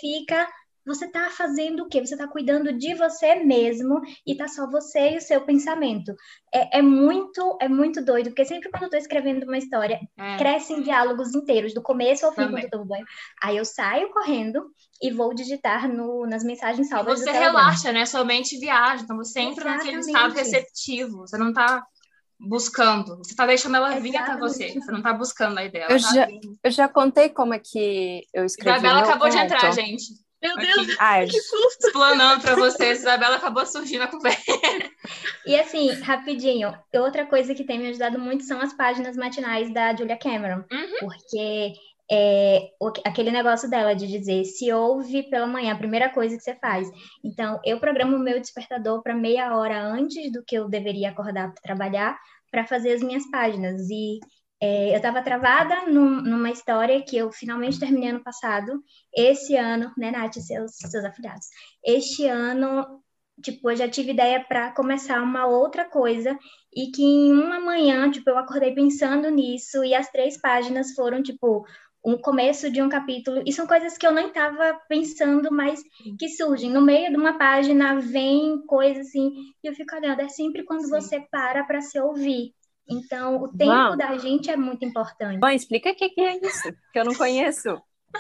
você tá fazendo o quê? Você tá cuidando de você mesmo e tá só você e o seu pensamento. É muito doido, porque sempre quando eu tô escrevendo uma história, crescem diálogos inteiros, do começo ao fim, Também. quando eu tomo banho. Aí eu saio correndo e vou digitar nas mensagens E salvas do você Telegram. relaxa, né? Sua mente viaja, então você entra naquele estado Exatamente. receptivo. Você não tá buscando, você tá deixando ela vir até você. Exatamente. Você não tá buscando a ideia, Eu ela tá já, vindo. eu já contei como é que eu escrevi o Isabela meu acabou de conto. entrar, gente. Meu Aqui. Deus, Ai, que susto! Explanando pra vocês, Isabela acabou surgindo a conversa. E assim, rapidinho, outra coisa que tem me ajudado muito são as páginas matinais da Julia Cameron, porque aquele negócio dela de dizer se ouve pela manhã, a primeira coisa que você faz. Então, eu programo o meu despertador para meia hora antes do que eu deveria acordar para trabalhar, para fazer as minhas páginas. E eu estava travada numa história que eu finalmente terminei ano passado. Esse ano, né, Nath, seus afilhados? Este ano, tipo, eu já tive ideia para começar uma outra coisa e que em uma manhã, tipo, eu acordei pensando nisso e as 3 páginas foram, tipo, um começo de um capítulo. E são coisas que eu nem estava pensando, mas que surgem. No meio de uma página vem coisas assim, e eu fico olhando. É sempre quando você para se ouvir. Então, o tempo da gente é muito importante. Bom, explica o que é isso, que eu não conheço.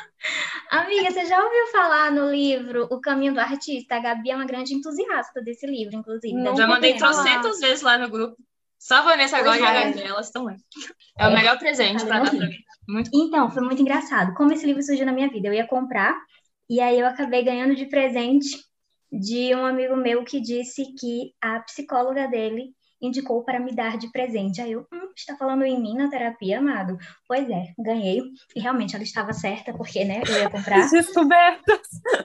Amiga, você já ouviu falar no livro O Caminho do Artista? A Gabi é uma grande entusiasta desse livro, inclusive. Não. Já mandei ouvi falar. trocentas vezes lá no grupo. Só a Vanessa agora e a Gabi, elas estão lá. É o melhor presente pra dar pra mim. Muito Então, foi muito engraçado. Como esse livro surgiu na minha vida? Eu ia comprar, e aí eu acabei ganhando de presente de um amigo meu que disse que a psicóloga dele indicou para me dar de presente. Aí eu, está falando em mim na terapia, amado? Pois é, ganhei. E realmente ela estava certa, porque, né, eu ia comprar. Descobertas.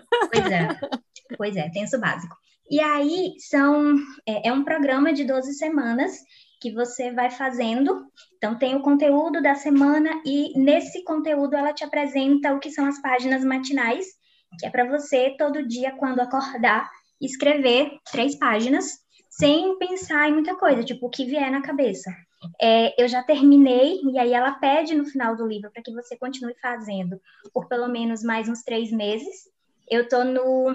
Pois é, tem isso básico. E aí é um programa de 12 semanas que você vai fazendo. Então tem o conteúdo da semana e nesse conteúdo ela te apresenta o que são as páginas matinais, que é para você todo dia quando acordar escrever 3 páginas sem pensar em muita coisa, tipo o que vier na cabeça. Eu já terminei e aí ela pede no final do livro para que você continue fazendo por pelo menos mais uns 3 meses. Eu estou no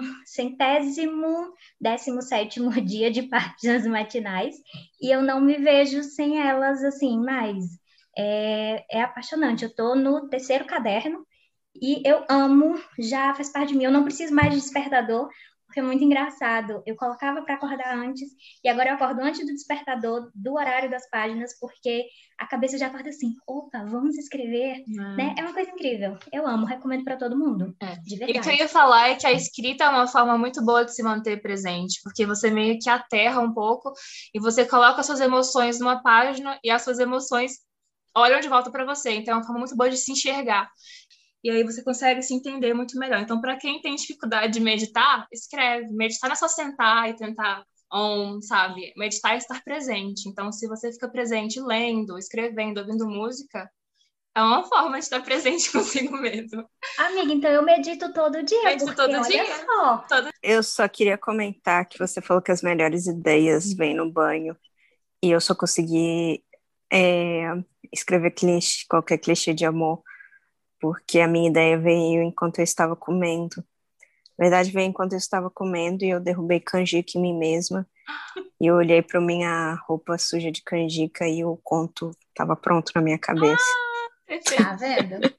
117º dia de páginas matinais e eu não me vejo sem elas, assim, mais. É apaixonante. Eu estou no 3º caderno e eu amo, já faz parte de mim. Eu não preciso mais de despertador, porque é muito engraçado. Eu colocava para acordar antes e agora eu acordo antes do despertador, do horário das páginas, porque a cabeça já acorda assim, opa, vamos escrever, né? É uma coisa incrível. Eu amo, recomendo para todo mundo, de E verdade. o que eu ia falar é que a escrita é uma forma muito boa de se manter presente, porque você meio que aterra um pouco e você coloca suas emoções numa página e as suas emoções olham de volta para você. Então é uma forma muito boa de se enxergar. E aí você consegue se entender muito melhor. Então, para quem tem dificuldade de meditar, escreve. Meditar não é só sentar e tentar, sabe? Meditar é estar presente. Então, se você fica presente lendo, escrevendo, ouvindo música, é uma forma de estar presente consigo mesmo. Amiga, então eu medito todo dia, Medito porque todo olha dia. só. Eu só queria comentar que você falou que as melhores ideias vêm no banho e eu só consegui escrever qualquer clichê de amor porque a minha ideia veio enquanto eu estava comendo. Na verdade, veio enquanto eu estava comendo e eu derrubei canjica em mim mesma. E eu olhei para minha roupa suja de canjica e o conto estava pronto na minha cabeça. Tá vendo?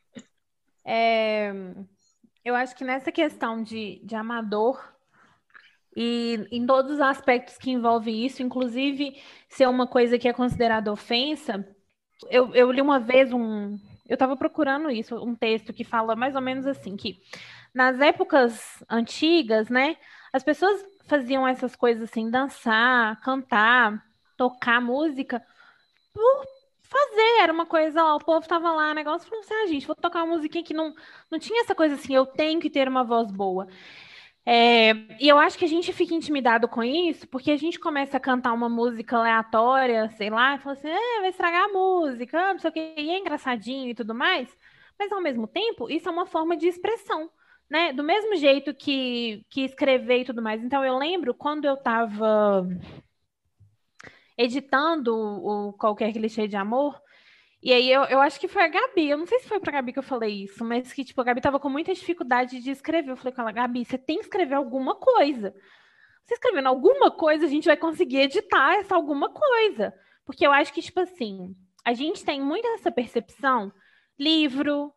Eu acho que nessa questão de amador e em todos os aspectos que envolvem isso, inclusive ser uma coisa que é considerada ofensa, eu li uma vez eu estava procurando isso, um texto que fala mais ou menos assim, que nas épocas antigas, né, as pessoas faziam essas coisas assim, dançar, cantar, tocar música, por fazer, era uma coisa, ó, o povo tava lá, negócio, falou assim, gente, vou tocar uma musiquinha que não tinha essa coisa assim, eu tenho que ter uma voz boa. E eu acho que a gente fica intimidado com isso, porque a gente começa a cantar uma música aleatória, sei lá, e fala assim, vai estragar a música, não sei o quê, e é engraçadinho e tudo mais, mas ao mesmo tempo, isso é uma forma de expressão, né? Do mesmo jeito que escrever e tudo mais. Então, eu lembro quando eu editando o Qualquer Clichê de Amor. E aí eu acho que foi a Gabi, eu não sei se foi pra Gabi que eu falei isso, mas que, tipo, a Gabi tava com muita dificuldade de escrever. Eu falei com ela, Gabi, você tem que escrever alguma coisa. Você escrevendo alguma coisa, a gente vai conseguir editar essa alguma coisa. Porque eu acho que, tipo assim, a gente tem muito essa percepção, livro,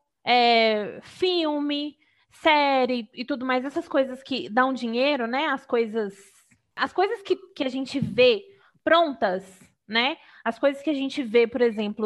filme, série e tudo mais, essas coisas que dão dinheiro, né? As coisas que a gente vê prontas, né? As coisas que a gente vê, por exemplo,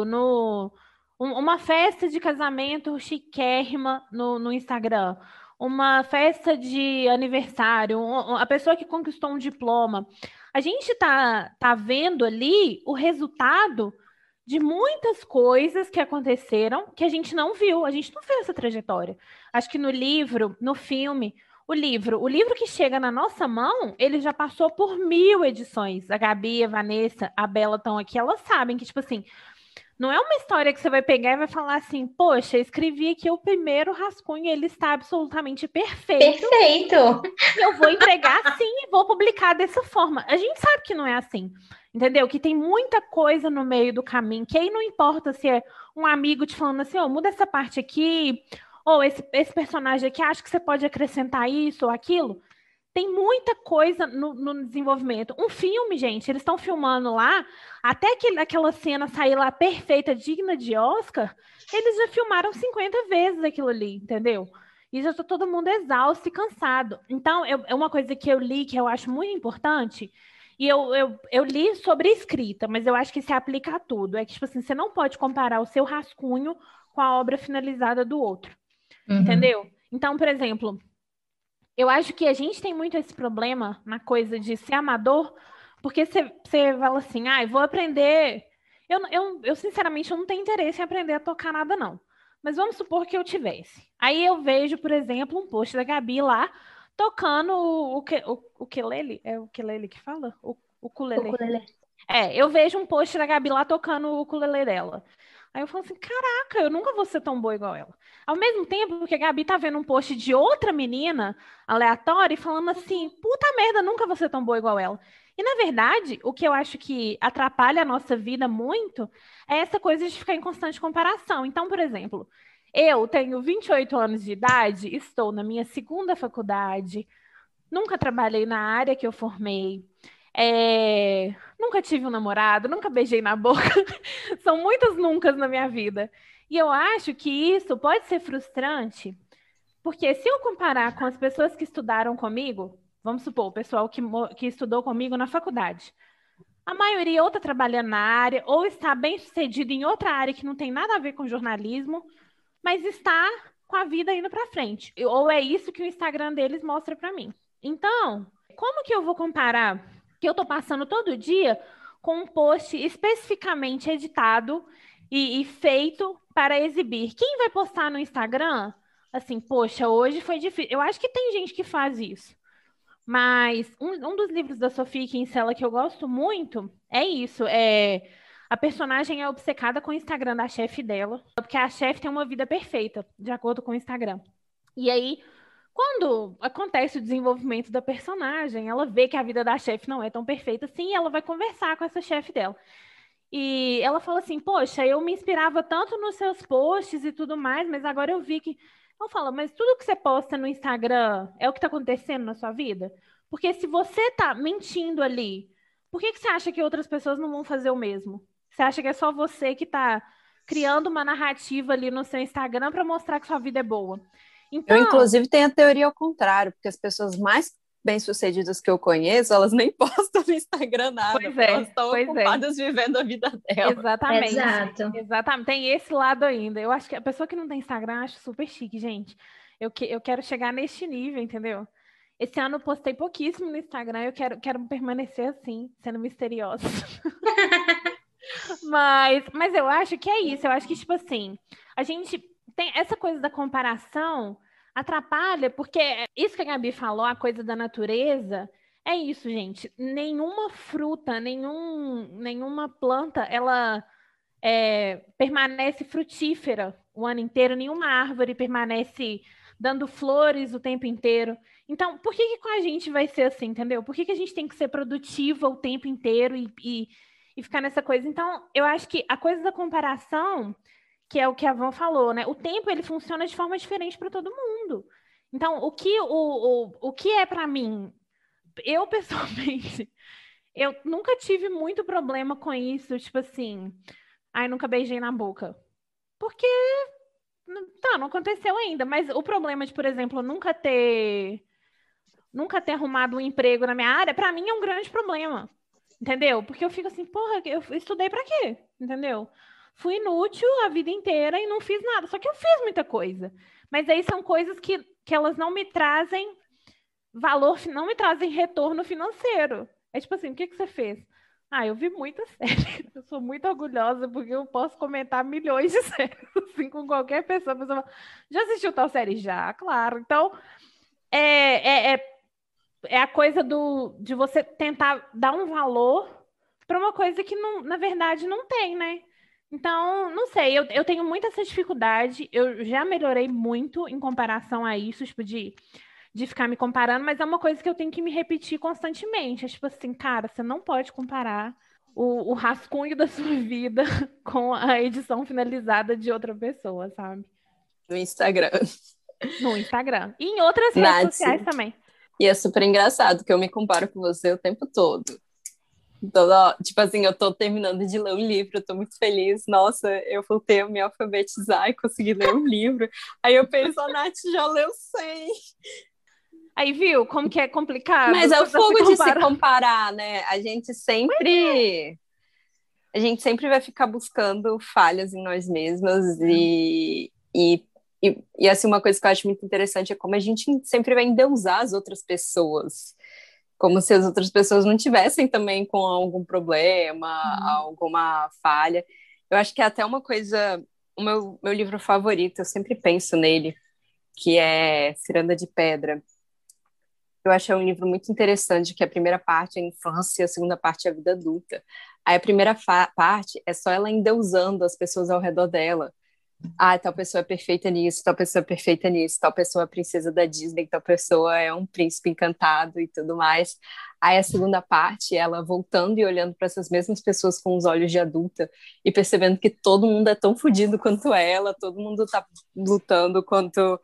uma festa de casamento chiquérrima no Instagram, uma festa de aniversário, a pessoa que conquistou um diploma. A gente tá vendo ali o resultado de muitas coisas que aconteceram que a gente não viu, a gente não viu essa trajetória. Acho que no livro, no filme, o livro que chega na nossa mão, ele já passou por 1000 edições. A Gabi, a Vanessa, a Bela estão aqui, elas sabem que, tipo assim, não é uma história que você vai pegar e vai falar assim, poxa, escrevi aqui o primeiro rascunho e ele está absolutamente perfeito. Perfeito! E eu vou entregar assim e vou publicar dessa forma. A gente sabe que não é assim, entendeu? Que tem muita coisa no meio do caminho, que aí não importa se é um amigo te falando assim, muda essa parte aqui, ou esse personagem aqui, acho que você pode acrescentar isso ou aquilo. Tem muita coisa no desenvolvimento. Um filme, gente, eles estão filmando lá, até aquela cena sair lá perfeita, digna de Oscar, eles já filmaram 50 vezes aquilo ali, entendeu? E já está todo mundo exausto e cansado. Então, é uma coisa que eu li, que eu acho muito importante, e eu li sobre escrita, mas eu acho que se aplica a tudo. É que, tipo assim, você não pode comparar o seu rascunho com a obra finalizada do outro, entendeu? Então, por exemplo, eu acho que a gente tem muito esse problema na coisa de ser amador, porque você fala assim, eu vou aprender. Eu, sinceramente, eu não tenho interesse em aprender a tocar nada, não. Mas vamos supor que eu tivesse. Aí eu vejo, por exemplo, um post da Gabi lá, tocando o ukulele. É o ukulele que fala? O ukulele. Ukulele. Eu vejo um post da Gabi lá tocando o ukulele dela. Aí eu falo assim, caraca, eu nunca vou ser tão boa igual ela. Ao mesmo tempo que a Gabi tá vendo um post de outra menina aleatória e falando assim, puta merda, nunca vou ser tão boa igual ela. E, na verdade, o que eu acho que atrapalha a nossa vida muito é essa coisa de ficar em constante comparação. Então, por exemplo, eu tenho 28 anos de idade, estou na minha segunda faculdade, nunca trabalhei na área que eu formei, nunca tive um namorado, nunca beijei na boca. São muitos nuncas na minha vida. E eu acho que isso pode ser frustrante, porque se eu comparar com as pessoas que estudaram comigo, vamos supor, o pessoal que estudou comigo na faculdade, a maioria ou está trabalhando na área, ou está bem sucedido em outra área que não tem nada a ver com jornalismo, mas está com a vida indo para frente. Ou é isso que o Instagram deles mostra para mim. Então, como que eu vou comparar que eu estou passando todo dia com um post especificamente editado e feito para exibir? Quem vai postar no Instagram? Assim, poxa, hoje foi difícil. Eu acho que tem gente que faz isso. Mas um dos livros da Sophie Kinsella que eu gosto muito é isso. A personagem é obcecada com o Instagram da chefe dela, porque a chefe tem uma vida perfeita, de acordo com o Instagram. E aí, quando acontece o desenvolvimento da personagem, ela vê que a vida da chefe não é tão perfeita assim, e ela vai conversar com essa chefe dela. E ela fala assim, poxa, eu me inspirava tanto nos seus posts e tudo mais, mas agora eu vi que... Ela fala, mas tudo que você posta no Instagram é o que está acontecendo na sua vida? Porque se você está mentindo ali, por que você acha que outras pessoas não vão fazer o mesmo? Você acha que é só você que está criando uma narrativa ali no seu Instagram para mostrar que sua vida é boa? Então, Eu, inclusive, tenho a teoria ao contrário, porque as pessoas mais bem-sucedidas que eu conheço, elas nem postam no Instagram nada, Pois porque é, elas estão pois é. ocupadas vivendo a vida delas. exatamente. Exato. Exatamente. Tem esse lado ainda. Eu acho que a pessoa que não tem Instagram acho super chique, gente. Eu quero chegar neste nível, entendeu? Esse ano eu postei pouquíssimo no Instagram, eu quero permanecer assim, sendo misteriosa. Mas eu acho que é isso. Eu acho que, tipo assim, a gente tem essa coisa da comparação atrapalha, porque isso que a Gabi falou, a coisa da natureza, é isso, gente. Nenhuma fruta, nenhuma planta, ela permanece frutífera o ano inteiro, nenhuma árvore permanece dando flores o tempo inteiro. Então, por que com a gente vai ser assim, entendeu? Por que a gente tem que ser produtiva o tempo inteiro e ficar nessa coisa. Então, eu acho que a coisa da comparação, que é o que a Van falou, né? O tempo, ele funciona de forma diferente para todo mundo. Então, o que é para mim, eu pessoalmente, eu nunca tive muito problema com isso, tipo assim, ai, nunca beijei na boca. Porque, não aconteceu ainda, mas o problema de, por exemplo, nunca ter arrumado um emprego na minha área, para mim é um grande problema, entendeu? Porque eu fico assim, porra, eu estudei para quê? Entendeu? Fui inútil a vida inteira e não fiz nada, só que eu fiz muita coisa. Mas aí são coisas que elas não me trazem valor, não me trazem retorno financeiro. É tipo assim, o que você fez? Eu vi muita série. Eu sou muito orgulhosa porque eu posso comentar milhões de séries assim, com qualquer pessoa. A pessoa fala, já assistiu tal série? Já, claro. Então, é a coisa de você tentar dar um valor para uma coisa que, não, na verdade, não tem, né? Então, não sei, eu tenho muita essa dificuldade. Eu já melhorei muito em comparação a isso, tipo, de ficar me comparando, mas é uma coisa que eu tenho que me repetir constantemente. É tipo assim, cara, você não pode comparar o rascunho da sua vida com a edição finalizada de outra pessoa, sabe? No Instagram. No Instagram. E em outras redes Nath, sociais também. E é super engraçado, que eu me comparo com você o tempo todo. Então, tipo assim, eu tô terminando de ler um livro, eu tô muito feliz. Nossa, eu voltei a me alfabetizar e consegui ler um livro. Aí eu penso, a Nath já leu 100. Aí, viu? Como que é complicado? Mas é o fogo de se comparar, né? A gente sempre vai ficar buscando falhas em nós mesmas e assim, uma coisa que eu acho muito interessante é como a gente sempre vai endeusar as outras pessoas, como se as outras pessoas não tivessem também com algum problema, alguma falha. Eu acho que é até uma coisa, o meu livro favorito, eu sempre penso nele, que é Ciranda de Pedra. Eu acho que é um livro muito interessante, que a primeira parte é a infância, a segunda parte é a vida adulta. Aí a primeira parte é só ela endeusando as pessoas ao redor dela. Tal pessoa é perfeita nisso, tal pessoa é perfeita nisso, tal pessoa é a princesa da Disney, tal pessoa é um príncipe encantado e tudo mais. Aí a segunda parte, ela voltando e olhando para essas mesmas pessoas com os olhos de adulta e percebendo que todo mundo é tão fodido quanto ela, todo mundo tá lutando quanto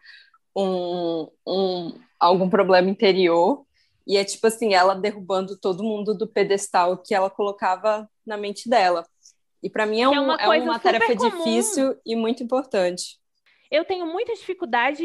algum problema interior. E é tipo assim, ela derrubando todo mundo do pedestal que ela colocava na mente dela. E para mim é uma tarefa difícil e muito importante. Eu tenho muita dificuldade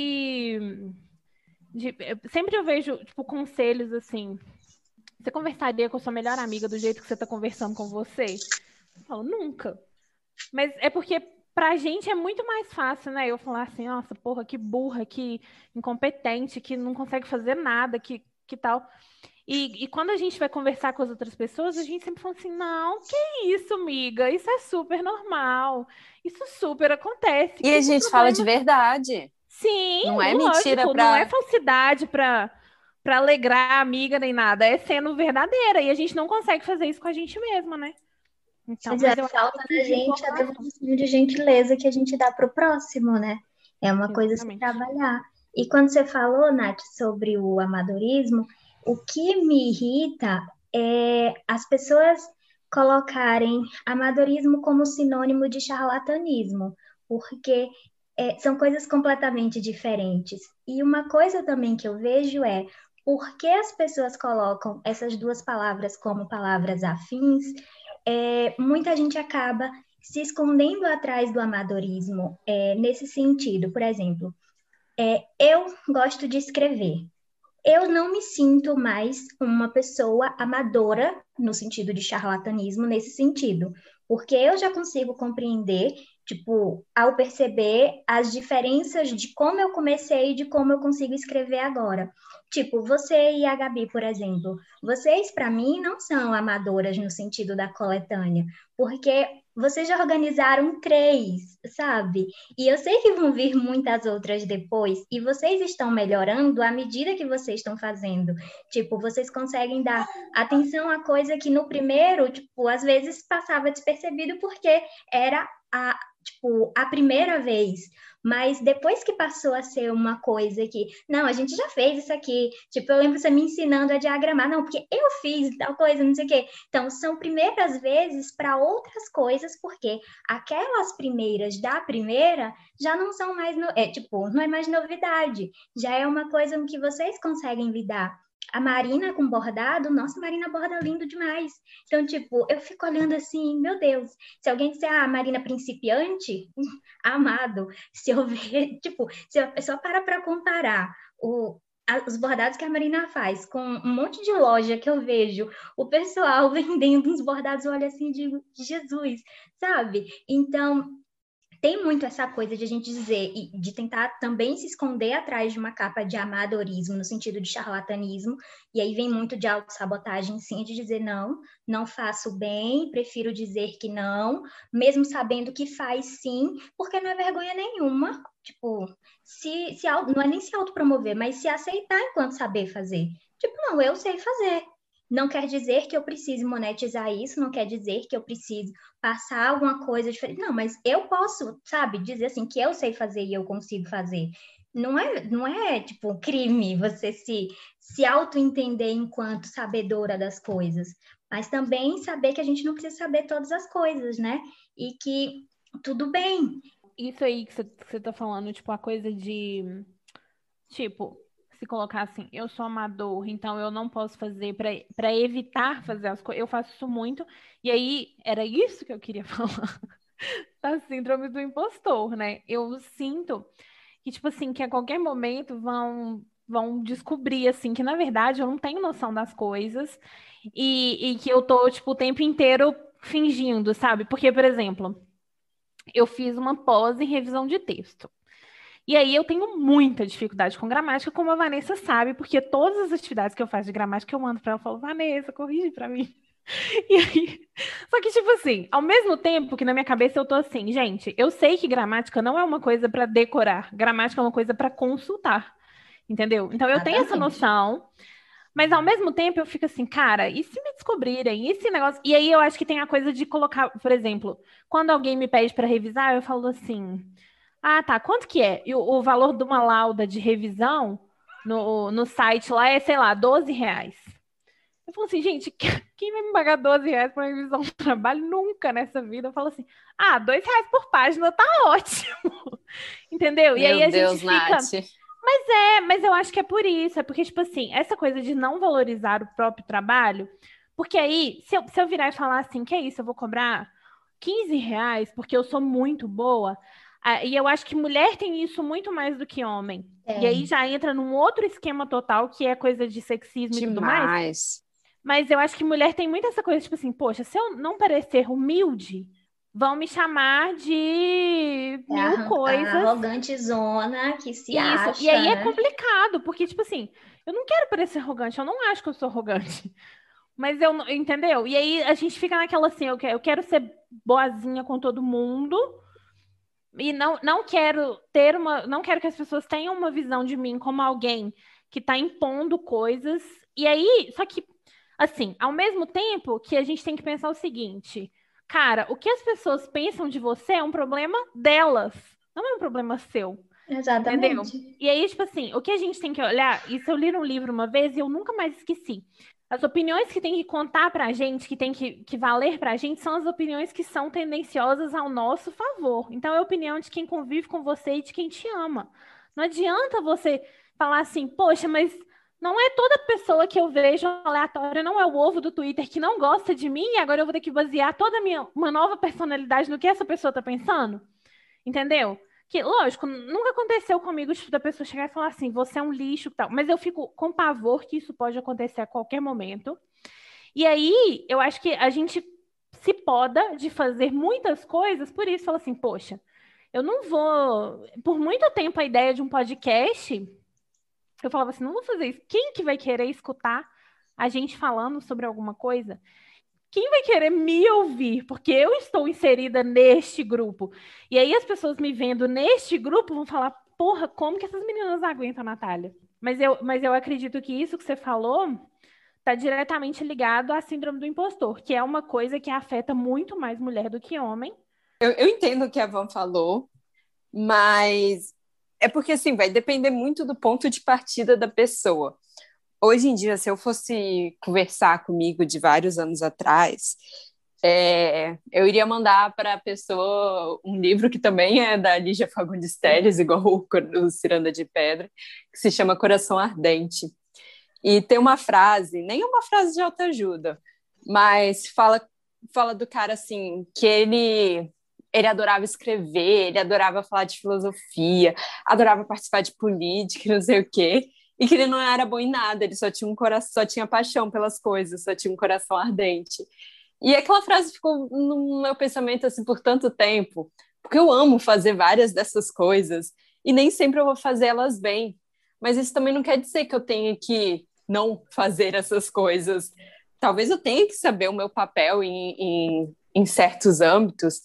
sempre eu vejo, tipo, conselhos assim. Você conversaria com a sua melhor amiga do jeito que você está conversando com você? Eu falo, nunca. Mas é porque pra gente é muito mais fácil, né? Eu falar assim, nossa, porra, que burra, que incompetente, que não consegue fazer nada, que tal. E quando a gente vai conversar com as outras pessoas, a gente sempre fala assim, não, que isso, amiga? Isso é super normal. Isso super acontece. E a gente fala de verdade. Sim, não é lógico, mentira não é falsidade para alegrar a amiga nem nada. É sendo verdadeira. E a gente não consegue fazer isso com a gente mesma, né? Então, Mas falta da gente a demonstração de gentileza que a gente dá para o próximo, né? É uma coisa a se trabalhar. E quando você falou, Nath, sobre o amadorismo, o que me irrita é as pessoas colocarem amadorismo como sinônimo de charlatanismo, porque são coisas completamente diferentes. E uma coisa também que eu vejo é por que as pessoas colocam essas duas palavras como palavras afins. Muita gente acaba se escondendo atrás do amadorismo nesse sentido. Por exemplo, eu gosto de escrever. Eu não me sinto mais uma pessoa amadora, no sentido de charlatanismo, nesse sentido, porque eu já consigo compreender, tipo, ao perceber as diferenças de como eu comecei e de como eu consigo escrever agora. Tipo, você e a Gabi, por exemplo, vocês, para mim, não são amadoras no sentido da coletânea, porque vocês já organizaram 3, sabe? E eu sei que vão vir muitas outras depois, e vocês estão melhorando à medida que vocês estão fazendo. Tipo, vocês conseguem dar atenção a coisa que no primeiro, tipo, às vezes passava despercebido porque era tipo, a primeira vez, mas depois que passou a ser uma coisa que, não, a gente já fez isso aqui, tipo, eu lembro você me ensinando a diagramar, não, porque eu fiz tal coisa, não sei o quê. Então, são primeiras vezes para outras coisas, porque aquelas primeiras da primeira já não são mais, tipo, não é mais novidade, já é uma coisa que vocês conseguem lidar. A Marina com bordado, nossa, a Marina borda lindo demais. Então, tipo, eu fico olhando assim, meu Deus, se alguém disser, ah, Marina principiante, amado, se eu ver, tipo, se eu só para comparar os bordados que a Marina faz com um monte de loja que eu vejo o pessoal vendendo uns bordados, eu olho assim e digo, Jesus, sabe? Então, tem muito essa coisa de a gente dizer e de tentar também se esconder atrás de uma capa de amadorismo, no sentido de charlatanismo, e aí vem muito de autossabotagem, sim, de dizer não, não faço bem, prefiro dizer que não, mesmo sabendo que faz sim, porque não é vergonha nenhuma, tipo, não é nem se autopromover, mas se aceitar enquanto saber fazer. Tipo, não, eu sei fazer. Não quer dizer que eu precise monetizar isso, não quer dizer que eu precise passar alguma coisa diferente. Não, mas eu posso, sabe, dizer assim que eu sei fazer e eu consigo fazer. Não é tipo crime você se auto-entender enquanto sabedora das coisas, mas também saber que a gente não precisa saber todas as coisas, né? E que tudo bem. Isso aí que você tá falando, tipo, a coisa de, tipo, se colocar assim, eu sou amador, então eu não posso fazer para evitar fazer as coisas. Eu faço isso muito. E aí, era isso que eu queria falar. Da síndrome do impostor, né? Eu sinto que, tipo assim, que a qualquer momento vão descobrir, assim, que na verdade eu não tenho noção das coisas e que eu tô, tipo, o tempo inteiro fingindo, sabe? Porque, por exemplo, eu fiz uma pós em revisão de texto. E aí eu tenho muita dificuldade com gramática, como a Vanessa sabe, porque todas as atividades que eu faço de gramática eu mando para ela e falo, Vanessa, corrige para mim. E aí, só que tipo assim, ao mesmo tempo que na minha cabeça eu tô assim, gente, eu sei que gramática não é uma coisa para decorar, gramática é uma coisa para consultar, entendeu? Então eu tenho essa Exatamente. noção, mas ao mesmo tempo eu fico assim, cara, e se me descobrirem? E esse negócio? E aí eu acho que tem a coisa de colocar, por exemplo, quando alguém me pede para revisar, eu falo assim, ah, tá, quanto que é? E o valor de uma lauda de revisão no site lá é, sei lá, R$ 12. Eu falo assim, gente, quem vai me pagar R$ 12 por uma revisão do trabalho? Nunca nessa vida. Eu falo assim, ah, R$ 2 por página tá ótimo. Entendeu? E aí Meu a gente Deus, fica. Nath. Mas eu acho que é por isso. É porque, tipo assim, essa coisa de não valorizar o próprio trabalho. Porque aí, se eu virar e falar assim, que é isso, eu vou cobrar R$ 15 porque eu sou muito boa. E eu acho que mulher tem isso muito mais do que homem. E aí já entra num outro esquema total, que é coisa de sexismo e tudo mais. Demais. Mas eu acho que mulher tem muito essa coisa, tipo assim, poxa, se eu não parecer humilde, vão me chamar de É mil a coisas. arrogante zona que se Isso. E acha, aí é né? complicado, porque, tipo assim, eu não quero parecer arrogante, eu não acho que eu sou arrogante. Mas eu não, entendeu? E aí a gente fica naquela assim, eu quero ser boazinha com todo mundo e não quero não quero que as pessoas tenham uma visão de mim como alguém que tá impondo coisas. E aí, só que assim, ao mesmo tempo que a gente tem que pensar o seguinte, cara, o que as pessoas pensam de você é um problema delas, não é um problema seu. Entendeu? Exatamente. E aí, tipo assim, o que a gente tem que olhar, isso eu li num livro uma vez e eu nunca mais esqueci. As opiniões que tem que contar pra gente, que tem que valer pra gente, são as opiniões que são tendenciosas ao nosso favor. Então, é a opinião de quem convive com você e de quem te ama. Não adianta você falar assim, poxa, mas não é toda pessoa que eu vejo aleatória, não é o ovo do Twitter que não gosta de mim e agora eu vou ter que basear toda uma nova personalidade no que essa pessoa tá pensando. Entendeu? Que, lógico, nunca aconteceu comigo tipo, da pessoa chegar e falar assim, você é um lixo e tal. Mas eu fico com pavor que isso pode acontecer a qualquer momento. E aí, eu acho que a gente se poda de fazer muitas coisas, por isso fala assim, poxa, eu não vou... Por muito tempo a ideia de um podcast, eu falava assim, não vou fazer isso. Quem que vai querer escutar a gente falando sobre alguma coisa? Quem vai querer me ouvir? Porque eu estou inserida neste grupo. E aí as pessoas me vendo neste grupo vão falar, porra, como que essas meninas aguentam a Natália? Mas eu acredito que isso que você falou está diretamente ligado à síndrome do impostor, que é uma coisa que afeta muito mais mulher do que homem. Eu entendo o que a Van falou, mas é porque, assim, vai depender muito do ponto de partida da pessoa. Hoje em dia, se eu fosse conversar comigo de vários anos atrás, eu iria mandar para a pessoa um livro que também é da Lígia Fagundes Telles, igual o Ciranda de Pedra, que se chama Coração Ardente. E tem uma frase, nem é uma frase de autoajuda, mas fala do cara assim, que ele adorava escrever, ele adorava falar de filosofia, adorava participar de política, não sei o quê, e que ele não era bom em nada, ele só tinha um coração, só tinha paixão pelas coisas, só tinha um coração ardente. E aquela frase ficou no meu pensamento assim por tanto tempo, porque eu amo fazer várias dessas coisas e nem sempre eu vou fazer elas bem. Mas isso também não quer dizer que eu tenha que não fazer essas coisas. Talvez eu tenha que saber o meu papel em certos âmbitos,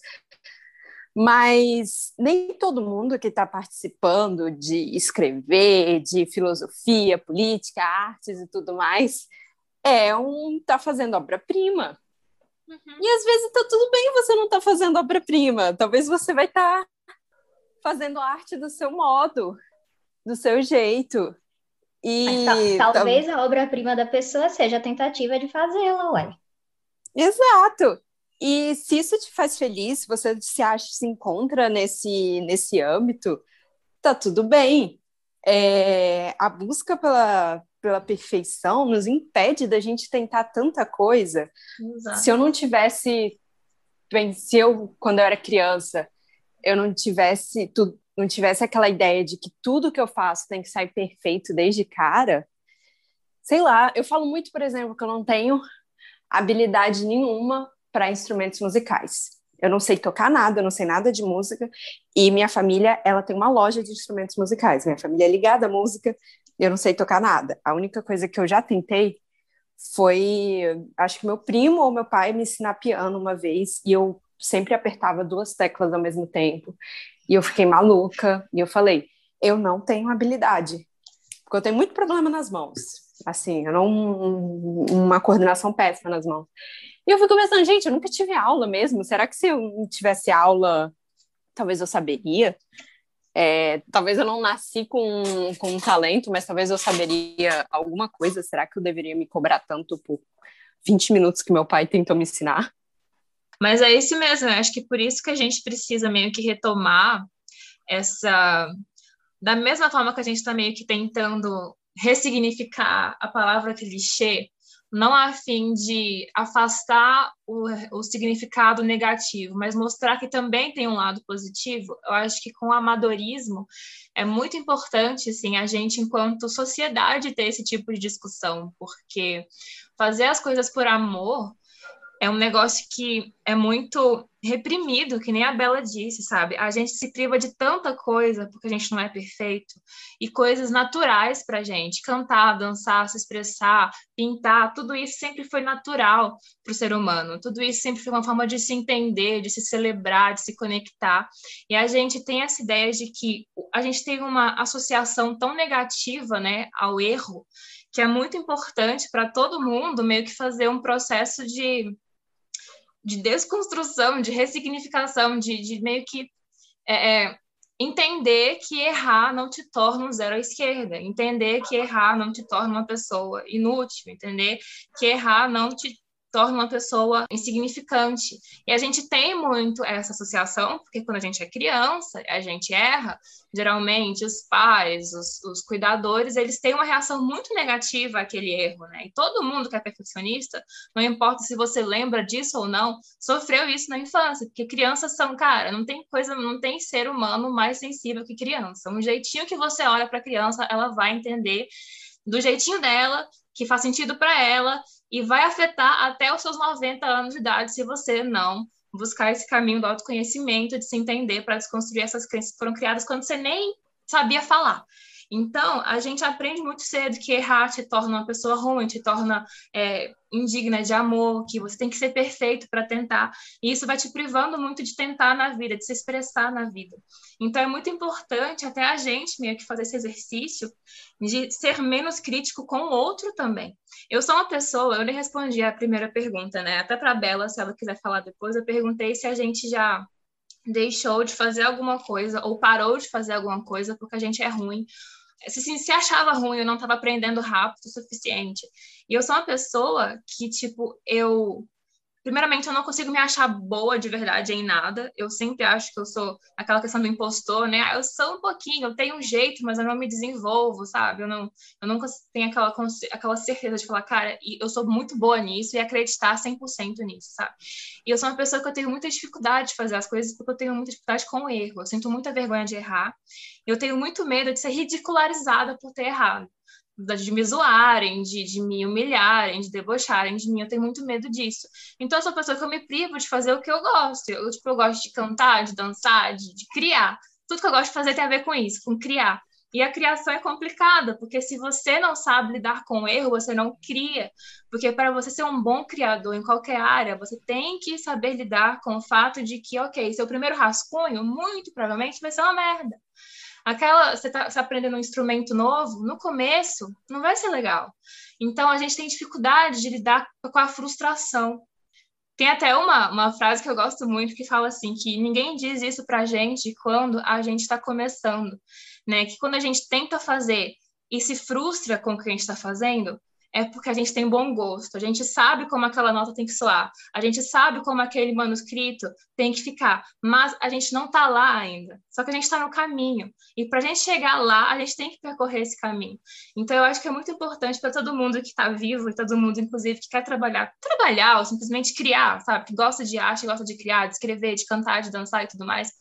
mas nem todo mundo que está participando de escrever, de filosofia, política, artes e tudo mais, tá fazendo obra-prima. E às vezes está tudo bem você não tá fazendo obra-prima. Talvez você vai estar fazendo arte do seu modo, do seu jeito. Mas talvez a obra-prima da pessoa seja a tentativa de fazê-la, ué. Exato. E se isso te faz feliz, se você se encontra nesse âmbito, tá tudo bem. A busca pela perfeição nos impede da gente tentar tanta coisa. Exato. Se eu não tivesse, quando eu era criança, eu não tivesse aquela ideia de que tudo que eu faço tem que sair perfeito desde cara, sei lá, eu falo muito, por exemplo, que eu não tenho habilidade nenhuma para instrumentos musicais. Eu não sei tocar nada, eu não sei nada de música, e minha família, ela tem uma loja de instrumentos musicais. Minha família é ligada à música, e eu não sei tocar nada. A única coisa que eu já tentei foi, acho que meu primo ou meu pai me ensinar piano uma vez, e eu sempre apertava 2 teclas ao mesmo tempo, e eu fiquei maluca, e eu falei, eu não tenho habilidade, porque eu tenho muito problema nas mãos, assim, uma coordenação péssima nas mãos. E eu fico pensando, gente, eu nunca tive aula mesmo, será que se eu tivesse aula, talvez eu saberia? Talvez eu não nasci com um talento, mas talvez eu saberia alguma coisa, será que eu deveria me cobrar tanto por 20 minutos que meu pai tentou me ensinar? Mas é isso mesmo, eu acho que por isso que a gente precisa meio que retomar da mesma forma que a gente está meio que tentando ressignificar a palavra clichê, não a fim de afastar o significado negativo, mas mostrar que também tem um lado positivo. Eu acho que com o amadorismo é muito importante, assim, a gente, enquanto sociedade, ter esse tipo de discussão, porque fazer as coisas por amor é um negócio que é muito reprimido, que nem a Bela disse, sabe? A gente se priva de tanta coisa porque a gente não é perfeito, e coisas naturais pra gente, cantar, dançar, se expressar, pintar, tudo isso sempre foi natural pro ser humano, tudo isso sempre foi uma forma de se entender, de se celebrar, de se conectar, e a gente tem essa ideia de que a gente tem uma associação tão negativa, né, ao erro, que é muito importante para todo mundo meio que fazer um processo de desconstrução, de ressignificação, de meio que entender que errar não te torna um zero à esquerda, entender que errar não te torna uma pessoa inútil, entender que errar não te torna uma pessoa insignificante. E a gente tem muito essa associação, porque quando a gente é criança, a gente erra, geralmente os pais, os cuidadores, eles têm uma reação muito negativa àquele erro, né? E todo mundo que é perfeccionista, não importa se você lembra disso ou não, sofreu isso na infância, porque crianças são, cara, não tem ser humano mais sensível que criança. Um jeitinho que você olha para a criança, ela vai entender do jeitinho dela, que faz sentido para ela, e vai afetar até os seus 90 anos de idade se você não buscar esse caminho do autoconhecimento, de se entender para desconstruir essas crenças que foram criadas quando você nem sabia falar. Então, a gente aprende muito cedo que errar te torna uma pessoa ruim, te torna indigna de amor, que você tem que ser perfeito para tentar. E isso vai te privando muito de tentar na vida, de se expressar na vida. Então, é muito importante até a gente meio que fazer esse exercício de ser menos crítico com o outro também. Eu sou uma pessoa, eu lhe respondi a primeira pergunta, né? Até para a Bela, se ela quiser falar depois, eu perguntei se a gente já deixou de fazer alguma coisa ou parou de fazer alguma coisa porque a gente é ruim. Se achava ruim, eu não estava aprendendo rápido o suficiente. E eu sou uma pessoa que, tipo, primeiramente, eu não consigo me achar boa de verdade em nada. Eu sempre acho que eu sou aquela questão do impostor, né? Eu sou um pouquinho, eu tenho um jeito, mas eu não me desenvolvo, sabe? Eu nunca tenho aquela certeza de falar, cara, eu sou muito boa nisso e acreditar 100% nisso, sabe? E eu sou uma pessoa que eu tenho muita dificuldade de fazer as coisas porque eu tenho muita dificuldade com o erro. Eu sinto muita vergonha de errar. Eu tenho muito medo de ser ridicularizada por ter errado, de me zoarem, de me humilharem, de debocharem de mim. Eu tenho muito medo disso. Então, eu sou uma pessoa que eu me privo de fazer o que eu gosto. Eu gosto de cantar, de dançar, de criar. Tudo que eu gosto de fazer tem a ver com isso, com criar. E a criação é complicada, porque se você não sabe lidar com o erro, você não cria. Porque para você ser um bom criador em qualquer área, você tem que saber lidar com o fato de que, ok, seu primeiro rascunho, muito provavelmente, vai ser uma merda. Você tá aprendendo um instrumento novo, no começo, não vai ser legal. Então, a gente tem dificuldade de lidar com a frustração. Tem até uma frase que eu gosto muito que fala assim, que ninguém diz isso pra gente quando a gente está começando, né? Que quando a gente tenta fazer e se frustra com o que a gente está fazendo, é porque a gente tem bom gosto, a gente sabe como aquela nota tem que soar, a gente sabe como aquele manuscrito tem que ficar, mas a gente não está lá ainda, só que a gente está no caminho, e para a gente chegar lá, a gente tem que percorrer esse caminho. Então, eu acho que é muito importante para todo mundo que está vivo, e todo mundo, inclusive, que quer trabalhar ou simplesmente criar, sabe, que gosta de arte, gosta de criar, de escrever, de cantar, de dançar e tudo mais,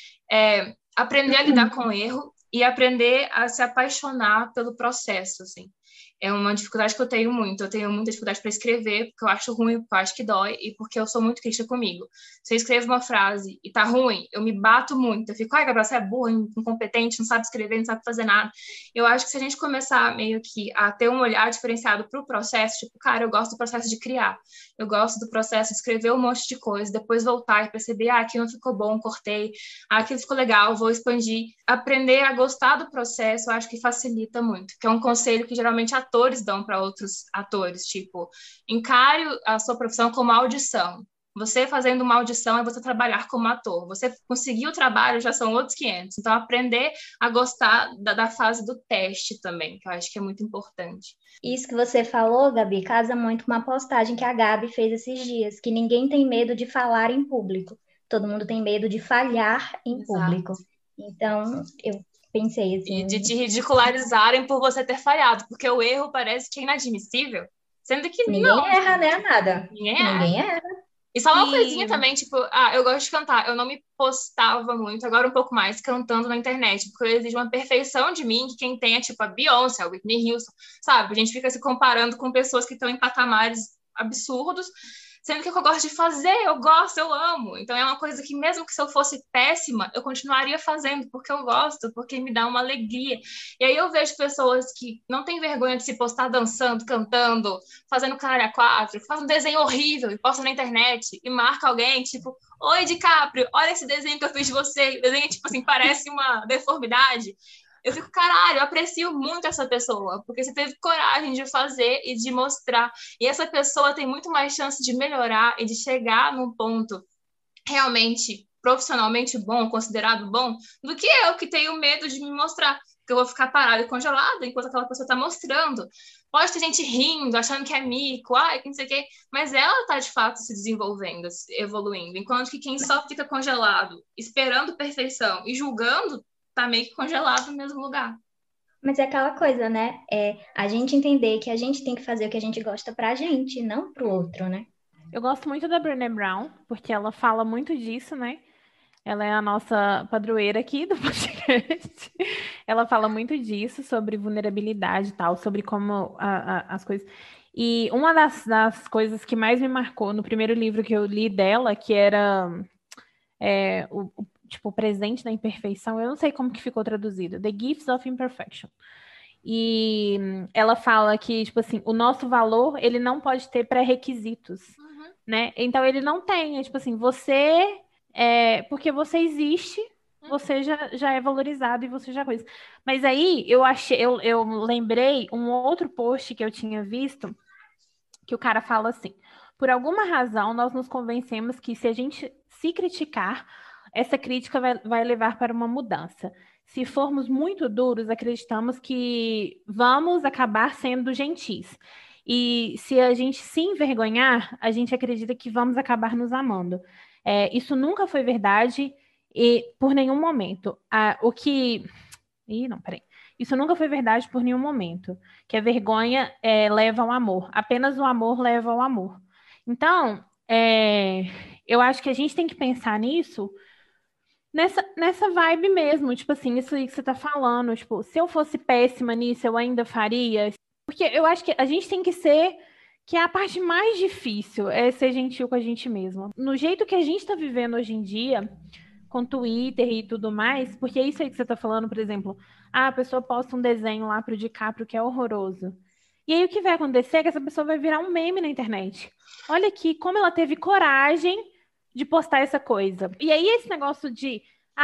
aprender a lidar com o erro e aprender a se apaixonar pelo processo, assim. É uma dificuldade que eu tenho muito. Eu tenho muita dificuldade para escrever, porque eu acho ruim, porque eu acho que dói, e porque eu sou muito crítica comigo. Se eu escrevo uma frase e tá ruim, eu me bato muito. Eu fico, ai, Gabriel, você é burra, incompetente, não sabe escrever, não sabe fazer nada. Eu acho que se a gente começar meio que a ter um olhar diferenciado para o processo, tipo, cara, eu gosto do processo de criar. Eu gosto do processo de escrever um monte de coisa, depois voltar e perceber, aquilo não ficou bom, cortei, aquilo ficou legal, vou expandir. Aprender a gostar do processo, eu acho que facilita muito, que é um conselho que geralmente atores dão para outros atores, tipo, encare a sua profissão como audição. Você fazendo uma audição é você trabalhar como ator. Você conseguir o trabalho já são outros 500. Então, aprender a gostar da fase do teste também, que eu acho que é muito importante. Isso que você falou, Gabi, casa muito com uma postagem que a Gabi fez esses dias, que ninguém tem medo de falar em público. Todo mundo tem medo de falhar em público. Então, eu pensei assim... E de te ridicularizarem por você ter falhado, porque o erro parece que é inadmissível, sendo que ninguém não. Erra, né, nada. Ninguém erra. E só uma coisinha também, tipo, eu gosto de cantar. Eu não me postava muito, agora um pouco mais, cantando na internet, porque eu exijo uma perfeição de mim, que quem tem é tipo a Beyoncé, a Whitney Houston, sabe? A gente fica se comparando com pessoas que estão em patamares absurdos, sendo que o que eu gosto de fazer, eu gosto, eu amo. Então é uma coisa que mesmo que se eu fosse péssima, eu continuaria fazendo, porque eu gosto, porque me dá uma alegria. E aí eu vejo pessoas que não têm vergonha de se postar dançando, cantando, fazendo caralho a quatro, faz um desenho horrível e posta na internet e marca alguém, tipo, oi, DiCaprio, olha esse desenho que eu fiz de você. O desenho, tipo assim, parece uma deformidade. Eu fico, caralho, eu aprecio muito essa pessoa, porque você teve coragem de fazer e de mostrar. E essa pessoa tem muito mais chance de melhorar e de chegar num ponto realmente profissionalmente bom, considerado bom, do que eu, que tenho medo de me mostrar. Porque eu vou ficar parada e congelada enquanto aquela pessoa está mostrando. Pode ter gente rindo, achando que é mico, que não sei o quê, mas ela está, de fato, se desenvolvendo, evoluindo. Enquanto que quem só fica congelado, esperando perfeição e julgando, tá meio que congelado no mesmo lugar. Mas é aquela coisa, né? A gente entender que a gente tem que fazer o que a gente gosta pra gente, não pro outro, né? Eu gosto muito da Brené Brown, porque ela fala muito disso, né? Ela é a nossa padroeira aqui do podcast. Ela fala muito disso, sobre vulnerabilidade e tal, sobre como as coisas... E uma das coisas que mais me marcou no primeiro livro que eu li dela, que era o presente da imperfeição, eu não sei como que ficou traduzido, The Gifts of Imperfection. E ela fala que, tipo assim, o nosso valor, ele não pode ter pré-requisitos, né? Então, ele não tem, tipo assim, porque você existe, você já é valorizado e você já coisa. Mas aí, eu lembrei um outro post que eu tinha visto, que o cara fala assim, por alguma razão, nós nos convencemos que se a gente se criticar, essa crítica vai levar para uma mudança. Se formos muito duros, acreditamos que vamos acabar sendo gentis. E se a gente se envergonhar, a gente acredita que vamos acabar nos amando. Isso nunca foi verdade e por nenhum momento. Não, peraí. Isso nunca foi verdade por nenhum momento. Que a vergonha leva ao amor. Apenas o amor leva ao amor. Então, eu acho que a gente tem que pensar nisso nessa vibe mesmo. Tipo assim, isso aí que você tá falando. Tipo, se eu fosse péssima nisso, eu ainda faria. Porque eu acho que a gente tem que que é a parte mais difícil, é ser gentil com a gente mesmo. No jeito que a gente tá vivendo hoje em dia, com Twitter e tudo mais, porque é isso aí que você tá falando, por exemplo, a pessoa posta um desenho lá pro DiCaprio que é horroroso. E aí o que vai acontecer é que essa pessoa vai virar um meme na internet. Olha aqui como ela teve coragem de postar essa coisa. E aí esse negócio de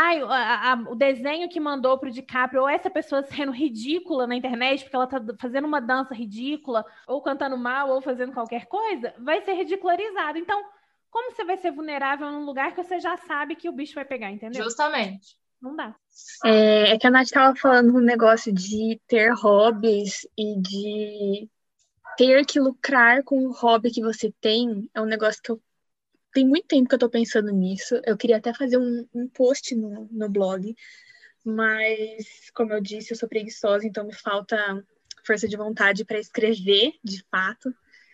o desenho que mandou pro DiCaprio, ou essa pessoa sendo ridícula na internet, porque ela tá fazendo uma dança ridícula, ou cantando mal, ou fazendo qualquer coisa, vai ser ridicularizado. Então, como você vai ser vulnerável num lugar que você já sabe que o bicho vai pegar, entendeu? Justamente. Não dá. É que a Nath estava falando um negócio de ter hobbies e de ter que lucrar com o hobby que você tem. É um negócio que tem muito tempo que eu tô pensando nisso. Eu queria até fazer um post no blog, mas, como eu disse, eu sou preguiçosa, então me falta força de vontade para escrever, de fato.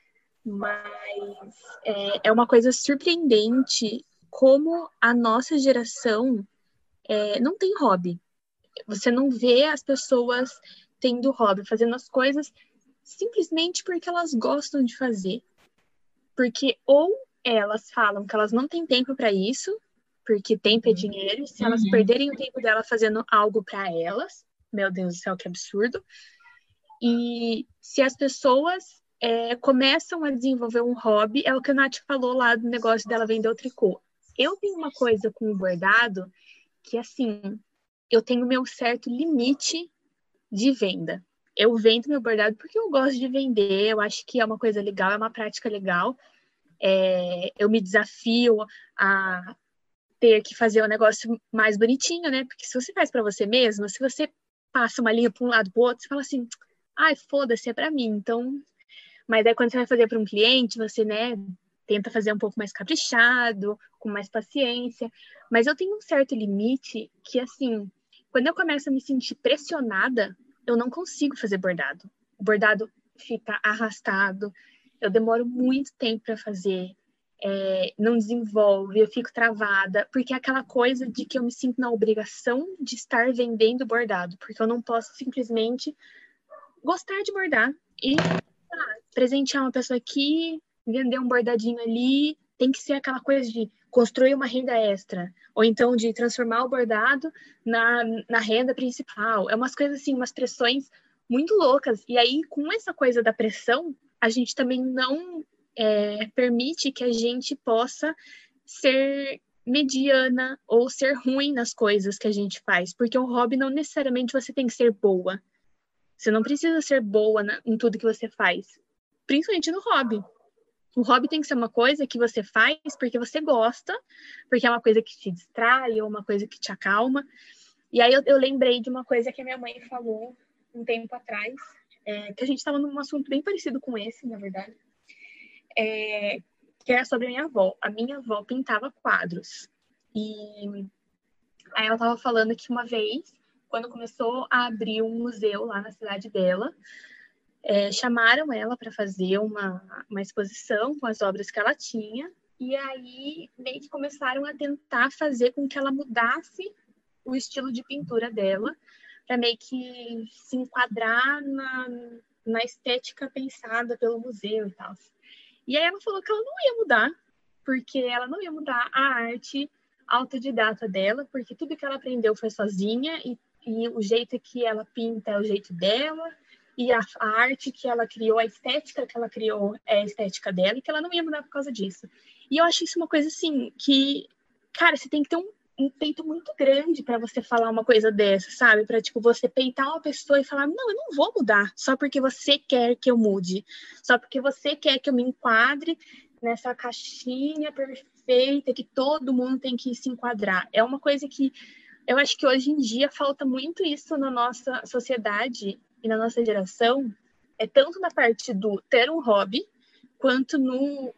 Mas é uma coisa surpreendente como a nossa geração não tem hobby. Você não vê as pessoas tendo hobby, fazendo as coisas simplesmente porque elas gostam de fazer. Porque ou elas falam que elas não têm tempo para isso, porque tempo é dinheiro, se elas perderem o tempo dela fazendo algo para elas, meu Deus do céu, que absurdo. E se as pessoas começam a desenvolver um hobby, é o que a Nath falou lá do negócio dela vender o tricô. Eu tenho uma coisa com o bordado que, assim, eu tenho meu certo limite de venda. Eu vendo meu bordado porque eu gosto de vender, eu acho que é uma coisa legal, é uma prática legal. Eu me desafio a ter que fazer um negócio mais bonitinho, né? Porque se você faz para você mesma, se você passa uma linha para um lado para o outro, você fala assim, ai, foda-se, é para mim. Então, mas aí quando você vai fazer para um cliente, você, né, tenta fazer um pouco mais caprichado, com mais paciência. Mas eu tenho um certo limite que, assim, quando eu começo a me sentir pressionada, eu não consigo fazer bordado. O bordado fica arrastado, eu demoro muito tempo para fazer, não desenvolve, eu fico travada, porque é aquela coisa de que eu me sinto na obrigação de estar vendendo bordado, porque eu não posso simplesmente gostar de bordar e presentear uma pessoa aqui, vender um bordadinho ali, tem que ser aquela coisa de construir uma renda extra, ou então de transformar o bordado na renda principal. É umas coisas assim, umas pressões muito loucas. E aí, com essa coisa da pressão, a gente também não permite que a gente possa ser mediana ou ser ruim nas coisas que a gente faz, porque o hobby não necessariamente você tem que ser boa. Você não precisa ser boa em tudo que você faz, principalmente no hobby. O hobby tem que ser uma coisa que você faz porque você gosta, porque é uma coisa que te distrai ou uma coisa que te acalma. E aí eu lembrei de uma coisa que a minha mãe falou um tempo atrás, que a gente estava num assunto bem parecido com esse, na verdade, que era sobre a minha avó. A minha avó pintava quadros. E aí ela estava falando que uma vez, quando começou a abrir um museu lá na cidade dela, chamaram ela para fazer uma exposição com as obras que ela tinha, e aí meio que começaram a tentar fazer com que ela mudasse o estilo de pintura dela, para meio que se enquadrar na estética pensada pelo museu e tal. E aí ela falou que ela não ia mudar, porque ela não ia mudar a arte autodidata dela, porque tudo que ela aprendeu foi sozinha, e o jeito que ela pinta é o jeito dela, e a arte que ela criou, a estética que ela criou é a estética dela, e que ela não ia mudar por causa disso. E eu acho isso uma coisa assim, que, cara, você tem que ter um peito muito grande para você falar uma coisa dessa, sabe? Para, tipo, você peitar uma pessoa e falar, não, eu não vou mudar, só porque você quer que eu mude, só porque você quer que eu me enquadre nessa caixinha perfeita perfeita, que todo mundo tem que se enquadrar. É uma coisa que eu acho que hoje em dia falta muito isso na nossa sociedade e na nossa geração, tanto na parte do ter um hobby, quanto no,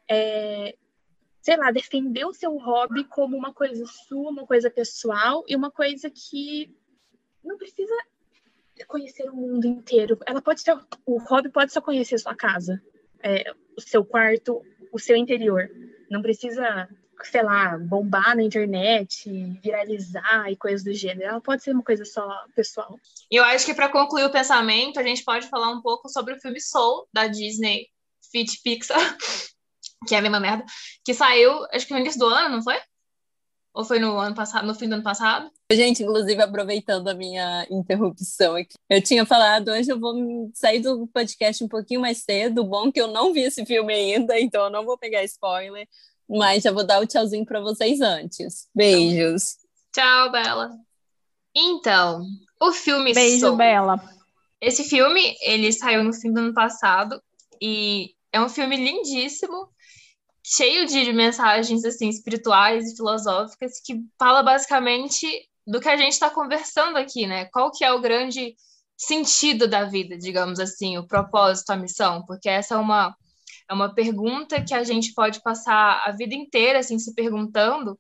sei lá, defender o seu hobby como uma coisa sua, uma coisa pessoal e uma coisa que não precisa conhecer o mundo inteiro. O hobby pode só conhecer a sua casa, o seu quarto, o seu interior. Não precisa, sei lá, bombar na internet, viralizar e coisas do gênero. Ela pode ser uma coisa só pessoal. E eu acho que para concluir o pensamento, a gente pode falar um pouco sobre o filme Soul, da Disney Fit Pixar, que é a mesma merda, que saiu, acho que no início do ano, não foi? Ou foi no ano passado, no fim do ano passado? Gente, inclusive, aproveitando a minha interrupção aqui, eu tinha falado, hoje eu vou sair do podcast um pouquinho mais cedo, bom que eu não vi esse filme ainda, então eu não vou pegar spoiler, mas já vou dar o tchauzinho para vocês antes. Beijos. Tchau, Bela. Então, o filme Beijo, Soul. Bela. Esse filme, ele saiu no fim do ano passado e é um filme lindíssimo, cheio de mensagens assim espirituais e filosóficas que fala basicamente do que a gente está conversando aqui, né? Qual que é o grande sentido da vida, digamos assim, o propósito, a missão? Porque essa é uma pergunta que a gente pode passar a vida inteira assim se perguntando,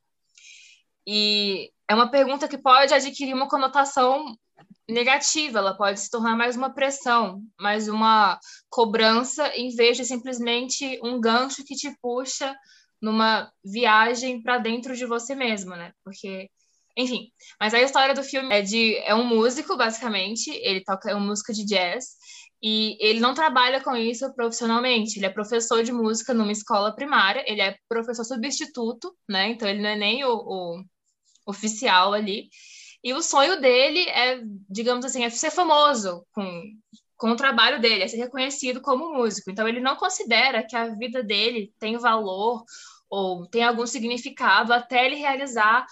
e é uma pergunta que pode adquirir uma conotação negativa, ela pode se tornar mais uma pressão, mais uma cobrança, em vez de simplesmente um gancho que te puxa numa viagem para dentro de você mesmo, né? Porque, enfim, mas a história do filme é um músico, basicamente, ele toca uma música de jazz, e ele não trabalha com isso profissionalmente, ele é professor de música numa escola primária, ele é professor substituto, né? Então ele não é nem o oficial ali. E o sonho dele digamos assim, ser famoso com o trabalho dele, ser reconhecido como músico. Então, ele não considera que a vida dele tem valor ou tem algum significado até ele realizar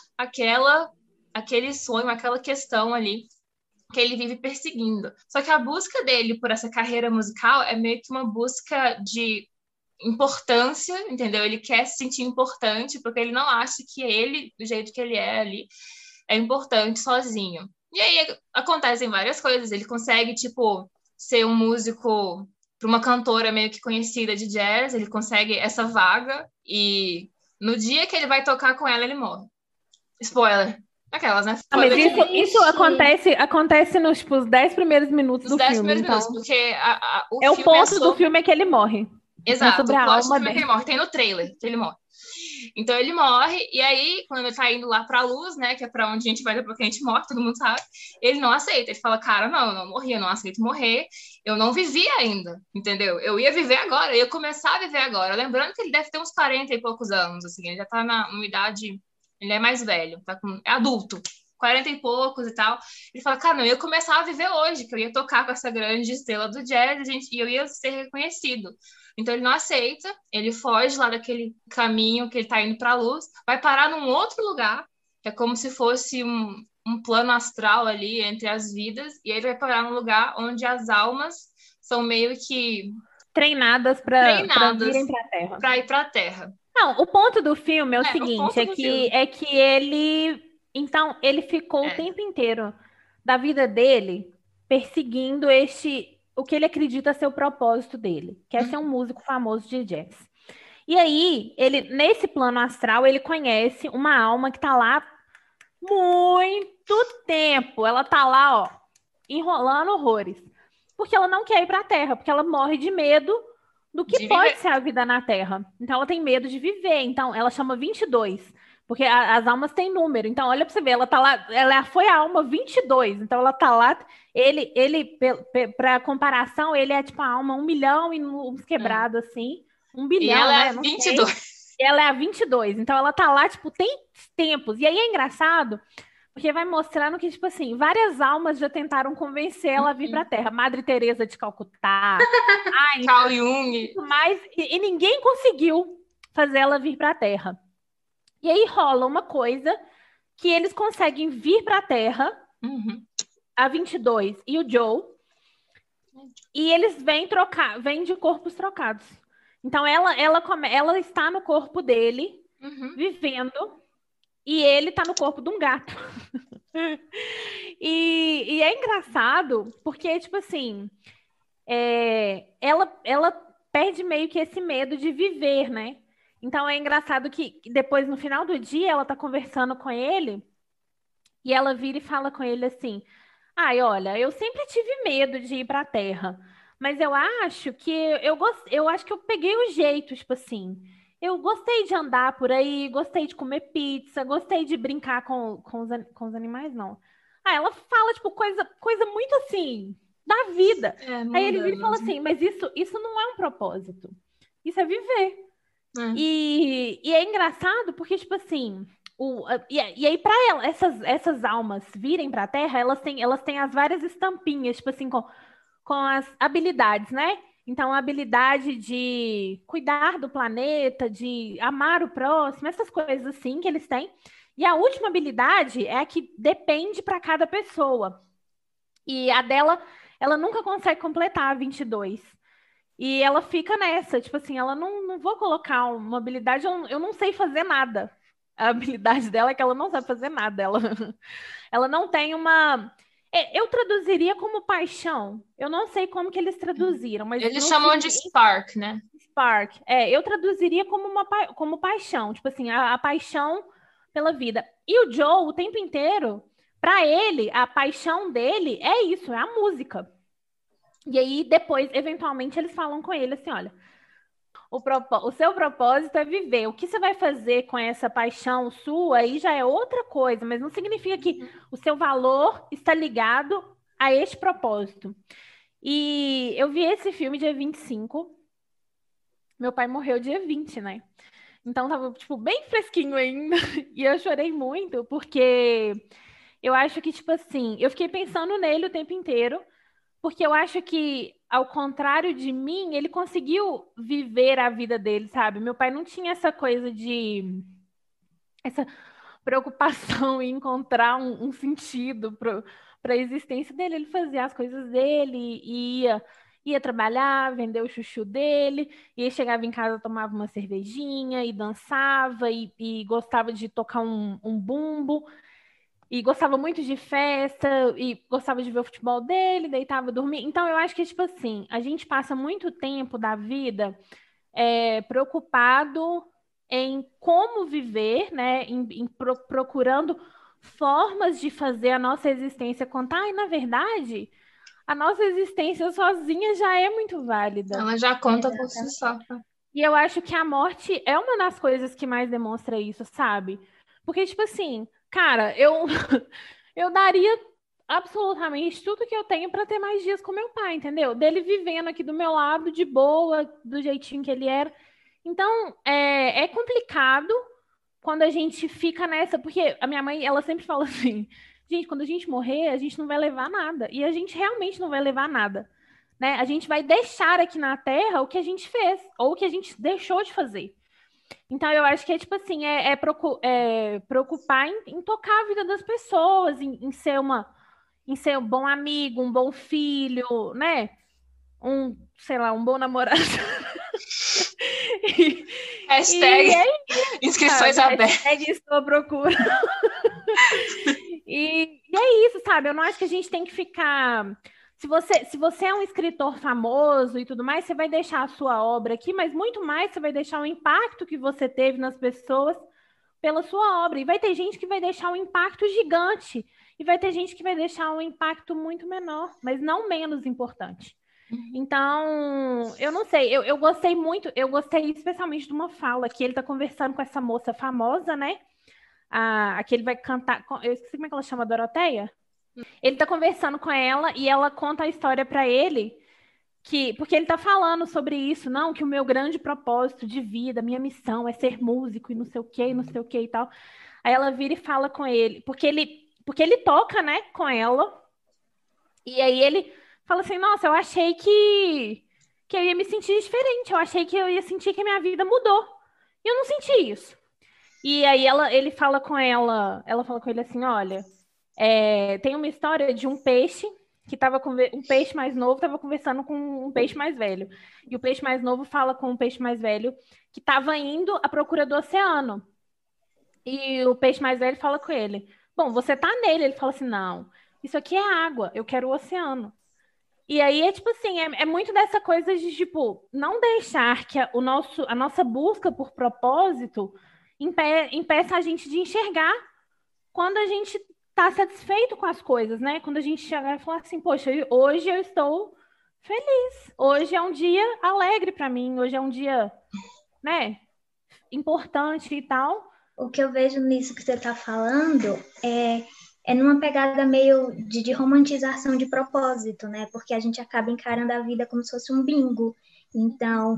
aquele sonho, aquela questão ali que ele vive perseguindo. Só que a busca dele por essa carreira musical é meio que uma busca de importância, entendeu? Ele quer se sentir importante porque ele não acha que ele, do jeito que ele é ali, é importante sozinho. E aí acontecem várias coisas. Ele consegue, tipo, ser um músico para uma cantora meio que conhecida de jazz, ele consegue essa vaga e no dia que ele vai tocar com ela, ele morre. Spoiler. Aquelas, né? Mas isso acontece nos tipo, 10 primeiros minutos do filme. Os 10 primeiros minutos, porque o ponto do filme é que ele morre. Exato, sobre o plot do filme é que ele morre. Tem no trailer que ele morre. Então ele morre, e aí, quando ele tá indo lá pra luz, né, que é pra onde a gente vai depois que a gente morre, todo mundo sabe, ele não aceita. Ele fala, cara, não, eu não morri, eu não aceito morrer, eu não vivi ainda, entendeu? Eu ia viver agora, eu ia começar a viver agora. Lembrando que ele deve ter uns 40 e poucos anos, assim, ele já tá numa idade, ele é mais velho, é adulto, 40 e poucos e tal. Ele fala, cara, não, eu ia começar a viver hoje, que eu ia tocar com essa grande estrela do jazz, e eu ia ser reconhecido. Então ele não aceita, ele foge lá daquele caminho que ele tá indo para a luz, vai parar num outro lugar, que é como se fosse um plano astral ali entre as vidas, e ele vai parar num lugar onde as almas são meio que treinadas para virem para a Terra. Para ir para a Terra. Não, o ponto do filme é o seguinte, é que ele ficou o tempo inteiro da vida dele perseguindo o que ele acredita ser o propósito dele, que é ser um músico famoso de jazz. E aí, nesse plano astral, ele conhece uma alma que tá lá muito tempo. Ela tá lá, ó, enrolando horrores. Porque ela não quer ir pra Terra, porque ela morre de medo do que pode ser a vida na Terra. Então, ela tem medo de viver. Então, ela chama 22. Porque as almas têm número. Então, olha pra você ver, ela tá lá, foi a alma 22. Então, ela tá lá, pra comparação, ele é tipo a alma 1 milhão e uns quebrados, assim. 1 bilhão, e ela né? é a 22. Ela é a 22. Então, ela tá lá, tipo, tem tempos. E aí é engraçado, porque vai mostrando que, tipo assim, várias almas já tentaram convencer ela a vir pra Terra. Madre Teresa de Calcutá. Carl Jung. E ninguém conseguiu fazer ela vir pra Terra. E aí rola uma coisa que eles conseguem vir para a Terra, a 22 e o Joe, e eles vêm de corpos trocados. Então ela está no corpo dele, Uhum. vivendo, e ele tá no corpo de um gato. E é engraçado, porque, tipo assim, ela perde meio que esse medo de viver, né? Então é engraçado que depois, no final do dia, ela tá conversando com ele, e ela vira e fala com ele assim: ai, olha, eu sempre tive medo de ir pra Terra, mas eu acho que eu acho que eu peguei o jeito, tipo assim. Eu gostei de andar por aí, gostei de comer pizza, gostei de brincar com os animais, não. Ah, ela fala, tipo, coisa muito assim, da vida. Aí ele vira e fala Mundano. assim, mas isso não é um propósito. Isso é viver. É. E é engraçado porque, tipo assim, e aí, para essas almas virem para a Terra, elas têm as várias estampinhas, tipo assim, com as habilidades, né? Então, a habilidade de cuidar do planeta, de amar o próximo, essas coisas assim que eles têm. E a última habilidade é a que depende para cada pessoa. E a dela, ela nunca consegue completar a 22. E ela fica nessa, tipo assim, ela não vou colocar uma habilidade, eu não sei fazer nada. A habilidade dela é que ela não sabe fazer nada. Ela não tem uma. Eu traduziria como paixão. Eu não sei como que eles traduziram, mas Eles no chamam filme de Spark, né? Spark, eu traduziria como paixão, tipo assim, a paixão pela vida. E o Joe, o tempo inteiro, para ele, a paixão dele é isso, é a música. E aí, depois, eventualmente, eles falam com ele assim: olha, o seu propósito é viver. O que você vai fazer com essa paixão sua aí já é outra coisa, mas não significa que o seu valor está ligado a este propósito. E eu vi esse filme dia 25. Meu pai morreu dia 20, né? Então tava, tipo, bem fresquinho ainda. E eu chorei muito, porque eu acho que, tipo assim, eu fiquei pensando nele o tempo inteiro. Porque eu acho que, ao contrário de mim, ele conseguiu viver a vida dele, sabe? Meu pai não tinha essa coisa de. Essa preocupação em encontrar um sentido para a existência dele. Ele fazia as coisas dele, ia trabalhar, vender o chuchu dele, e aí chegava em casa, tomava uma cervejinha e dançava e gostava de tocar um bumbo. E gostava muito de festa, e gostava de ver o futebol dele, deitava dormir. Então, eu acho que, tipo assim, a gente passa muito tempo da vida preocupado em como viver, né? Procurando formas de fazer a nossa existência contar. E, na verdade, a nossa existência sozinha já é muito válida. Ela já conta por si só. E eu acho que a morte é uma das coisas que mais demonstra isso, sabe? Porque, tipo assim, cara, eu daria absolutamente tudo que eu tenho para ter mais dias com meu pai, entendeu? Dele vivendo aqui do meu lado, de boa, do jeitinho que ele era. Então, é complicado quando a gente fica nessa, porque a minha mãe, ela sempre fala assim, gente, quando a gente morrer, a gente não vai levar nada. E a gente realmente não vai levar nada, né? A gente vai deixar aqui na Terra o que a gente fez, ou o que a gente deixou de fazer. Então, eu acho que é tipo assim, preocupar em tocar a vida das pessoas, em ser um bom amigo, um bom filho, né? Sei lá, um bom namorado. Hashtag inscrições abertas. Hashtag estou à procura. E é isso, sabe? Eu não acho que a gente tem que ficar. Se você é um escritor famoso e tudo mais, você vai deixar a sua obra aqui, mas muito mais você vai deixar o impacto que você teve nas pessoas pela sua obra. E vai ter gente que vai deixar um impacto gigante. E vai ter gente que vai deixar um impacto muito menor, mas não menos importante. Então, eu não sei, eu gostei muito, eu gostei especialmente de uma fala que ele tá conversando com essa moça famosa, né? A que ele vai cantar, eu esqueci como é que ela chama, Doroteia? Ele tá conversando com ela e ela conta a história para ele, porque ele tá falando sobre isso, não, que o meu grande propósito de vida, minha missão é ser músico e não sei o que, não sei o que e tal. Aí ela vira e fala com ele, porque ele toca, né, com ela, e aí ele fala assim, nossa, eu achei que eu ia me sentir diferente, eu achei que eu ia sentir que a minha vida mudou. E eu não senti isso. E aí ele fala com ela fala com ele assim, olha, tem uma história de um peixe que um peixe mais novo estava conversando com um peixe mais velho. E o peixe mais novo fala com o peixe mais velho que estava indo à procura do oceano. E o peixe mais velho fala com ele: bom, você tá nele. Ele fala assim: não, isso aqui é água, eu quero o oceano. E aí é tipo assim, é muito dessa coisa de tipo, não deixar que a nossa busca por propósito impeça a gente de enxergar quando a gente tá satisfeito com as coisas, né? Quando a gente chegar e falar assim, poxa, hoje eu estou feliz, hoje é um dia alegre para mim, hoje é um dia, né, importante e tal. O que eu vejo nisso que você está falando é numa pegada meio de romantização de propósito, né? Porque a gente acaba encarando a vida como se fosse um bingo. Então,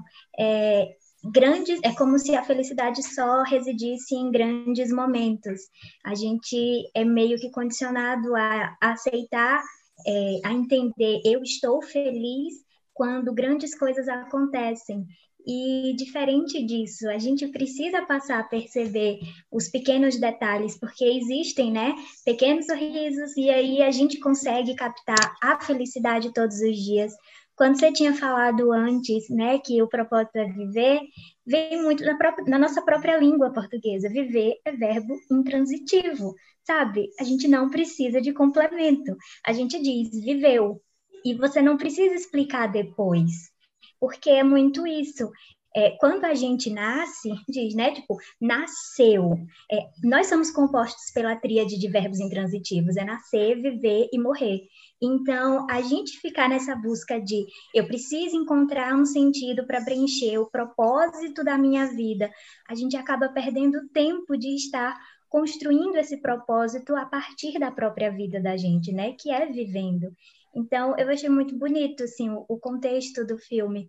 é como se a felicidade só residisse em grandes momentos. A gente é meio que condicionado a aceitar, a entender, eu estou feliz quando grandes coisas acontecem. E diferente disso, a gente precisa passar a perceber os pequenos detalhes, porque existem, né, pequenos sorrisos, e aí a gente consegue captar a felicidade todos os dias. Quando você tinha falado antes, né, que o propósito é viver, vem muito na nossa própria língua portuguesa. Viver é verbo intransitivo, sabe? A gente não precisa de complemento. A gente diz viveu, e você não precisa explicar depois. Porque é muito isso. Quando a gente nasce, diz, né? Tipo, nasceu. Nós somos compostos pela tríade de verbos intransitivos: é nascer, viver e morrer. Então, a gente ficar nessa busca de eu preciso encontrar um sentido para preencher o propósito da minha vida, a gente acaba perdendo tempo de estar construindo esse propósito a partir da própria vida da gente, né? Que é vivendo. Então, eu achei muito bonito, assim, o contexto do filme.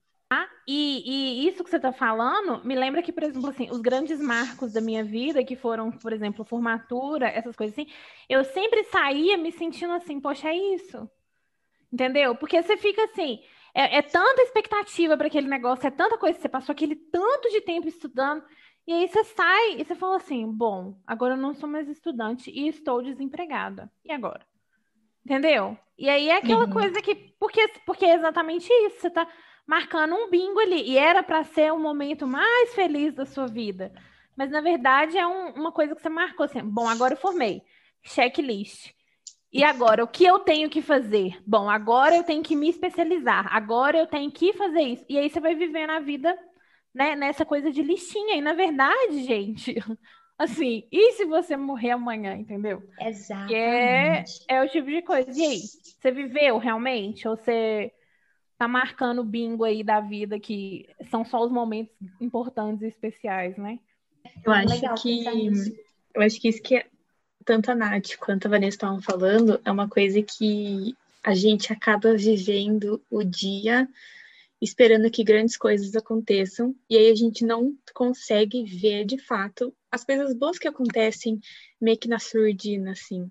E isso que você está falando me lembra que, por exemplo, assim, os grandes marcos da minha vida, que foram, por exemplo, formatura, essas coisas assim, eu sempre saía me sentindo assim, poxa, é isso. Entendeu? Porque você fica assim, é tanta expectativa para aquele negócio, é tanta coisa, você passou aquele tanto de tempo estudando, e aí você sai e você fala assim, bom, agora eu não sou mais estudante e estou desempregada. E agora? Entendeu? E aí é aquela coisa que, porque é exatamente isso, você tá marcando um bingo ali, e era para ser o momento mais feliz da sua vida. Mas na verdade é uma coisa que você marcou assim, bom, agora eu formei, checklist. E agora, o que eu tenho que fazer? Bom, agora eu tenho que me especializar, agora eu tenho que fazer isso. E aí você vai vivendo a vida, né, nessa coisa de listinha. E na verdade, gente, assim, e se você morrer amanhã, entendeu? Que Exatamente. é o tipo de coisa. E aí, você viveu realmente? Ou você tá marcando o bingo aí da vida, que são só os momentos importantes e especiais, né? Eu acho Legal pensar nisso. que isso que tanto a Nath quanto a Vanessa estavam falando é uma coisa que a gente acaba vivendo o dia esperando que grandes coisas aconteçam, e aí a gente não consegue ver, de fato, as coisas boas que acontecem meio que na surdina, assim.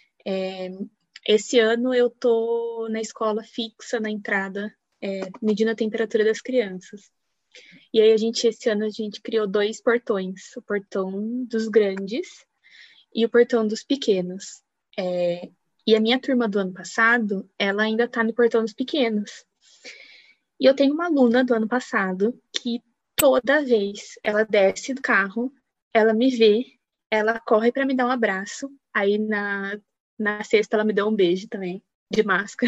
Esse ano eu tô na escola fixa, na entrada, medindo a temperatura das crianças. E aí esse ano a gente criou 2 portões, o portão dos grandes e o portão dos pequenos. E a minha turma do ano passado, ela ainda tá no portão dos pequenos. E eu tenho uma aluna do ano passado que toda vez ela desce do carro, ela me vê, ela corre para me dar um abraço. Aí na sexta ela me deu um beijo também, de máscara.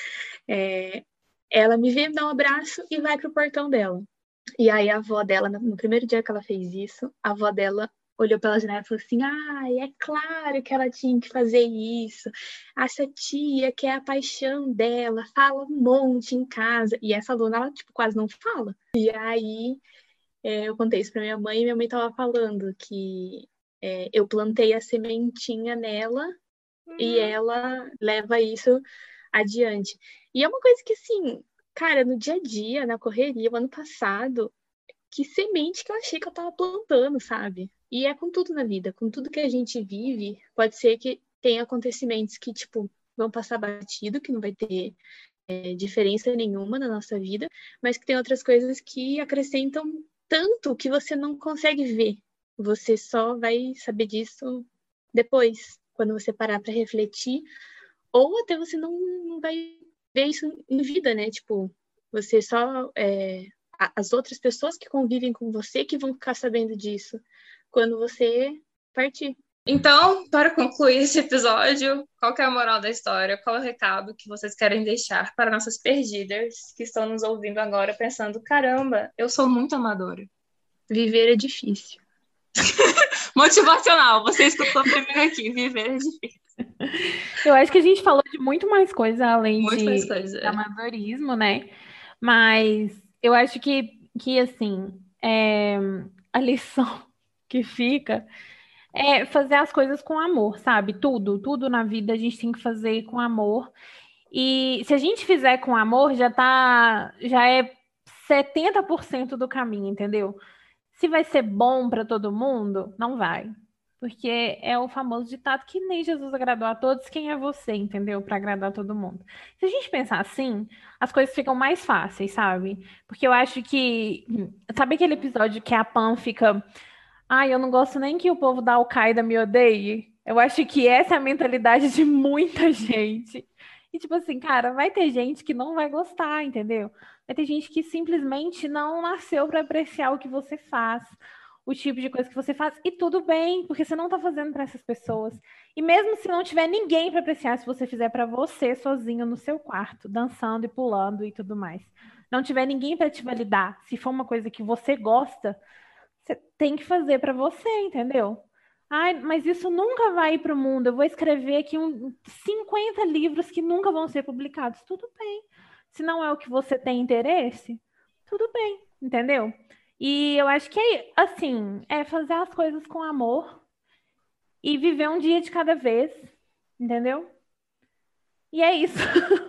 Ela me vê, me dá um abraço e vai pro portão dela. E aí a avó dela, no primeiro dia que ela fez isso, a avó dela olhou pela janela e falou assim: é claro que ela tinha que fazer isso. Essa tia, que é a paixão dela, fala um monte em casa. E essa aluna, ela, tipo, quase não fala. E aí eu contei isso pra minha mãe, e minha mãe tava falando que eu plantei a sementinha nela e ela leva isso adiante. E é uma coisa que, assim, cara, no dia a dia, na correria, o ano passado, que semente que eu achei que eu tava plantando, sabe? E é com tudo na vida, com tudo que a gente vive, pode ser que tenha acontecimentos que, tipo, vão passar batido, que não vai ter diferença nenhuma na nossa vida, mas que tem outras coisas que acrescentam tanto que você não consegue ver. Você só vai saber disso depois, quando você parar para refletir ou até você não vai ver isso em vida, né? Tipo, você só... as outras pessoas que convivem com você que vão ficar sabendo disso quando você partir. Então, para concluir esse episódio, qual que é a moral da história? Qual é o recado que vocês querem deixar para nossas perdidas que estão nos ouvindo agora pensando, caramba, eu sou muito amadora. Viver é difícil. Motivacional, você escutou primeiro aqui, viver é difícil. Eu acho que a gente falou de muito mais coisa além Muito de mais coisa. amadorismo, né? Mas eu acho que assim, a lição que fica é fazer as coisas com amor, sabe? Tudo na vida a gente tem que fazer com amor. E se a gente fizer com amor, já é 70% do caminho, entendeu? Se vai ser bom para todo mundo, não vai. Porque é o famoso ditado que nem Jesus agradou a todos, quem é você, entendeu? Para agradar todo mundo. Se a gente pensar assim, as coisas ficam mais fáceis, sabe? Porque eu acho que. Sabe aquele episódio que a Pam fica. Ai, eu não gosto nem que o povo da Al-Qaeda me odeie. Eu acho que essa é a mentalidade de muita gente. E tipo assim, cara, vai ter gente que não vai gostar, entendeu? Vai ter gente que simplesmente não nasceu para apreciar o que você faz, o tipo de coisa que você faz, e tudo bem, porque você não tá fazendo para essas pessoas. E mesmo se não tiver ninguém para apreciar, se você fizer para você sozinho no seu quarto, dançando e pulando e tudo mais, não tiver ninguém para te validar, se for uma coisa que você gosta, você tem que fazer para você, entendeu? Ai, mas isso nunca vai ir para o mundo. Eu vou escrever aqui 50 livros que nunca vão ser publicados. Tudo bem. Se não é o que você tem interesse, tudo bem, entendeu? E eu acho que assim, é fazer as coisas com amor e viver um dia de cada vez, entendeu? E é isso.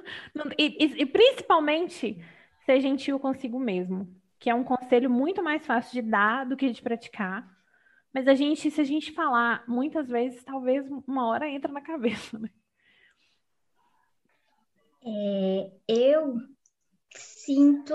E principalmente ser gentil consigo mesmo, que é um conselho muito mais fácil de dar do que de praticar. Mas se a gente falar muitas vezes, talvez uma hora entra na cabeça, né? Eu sinto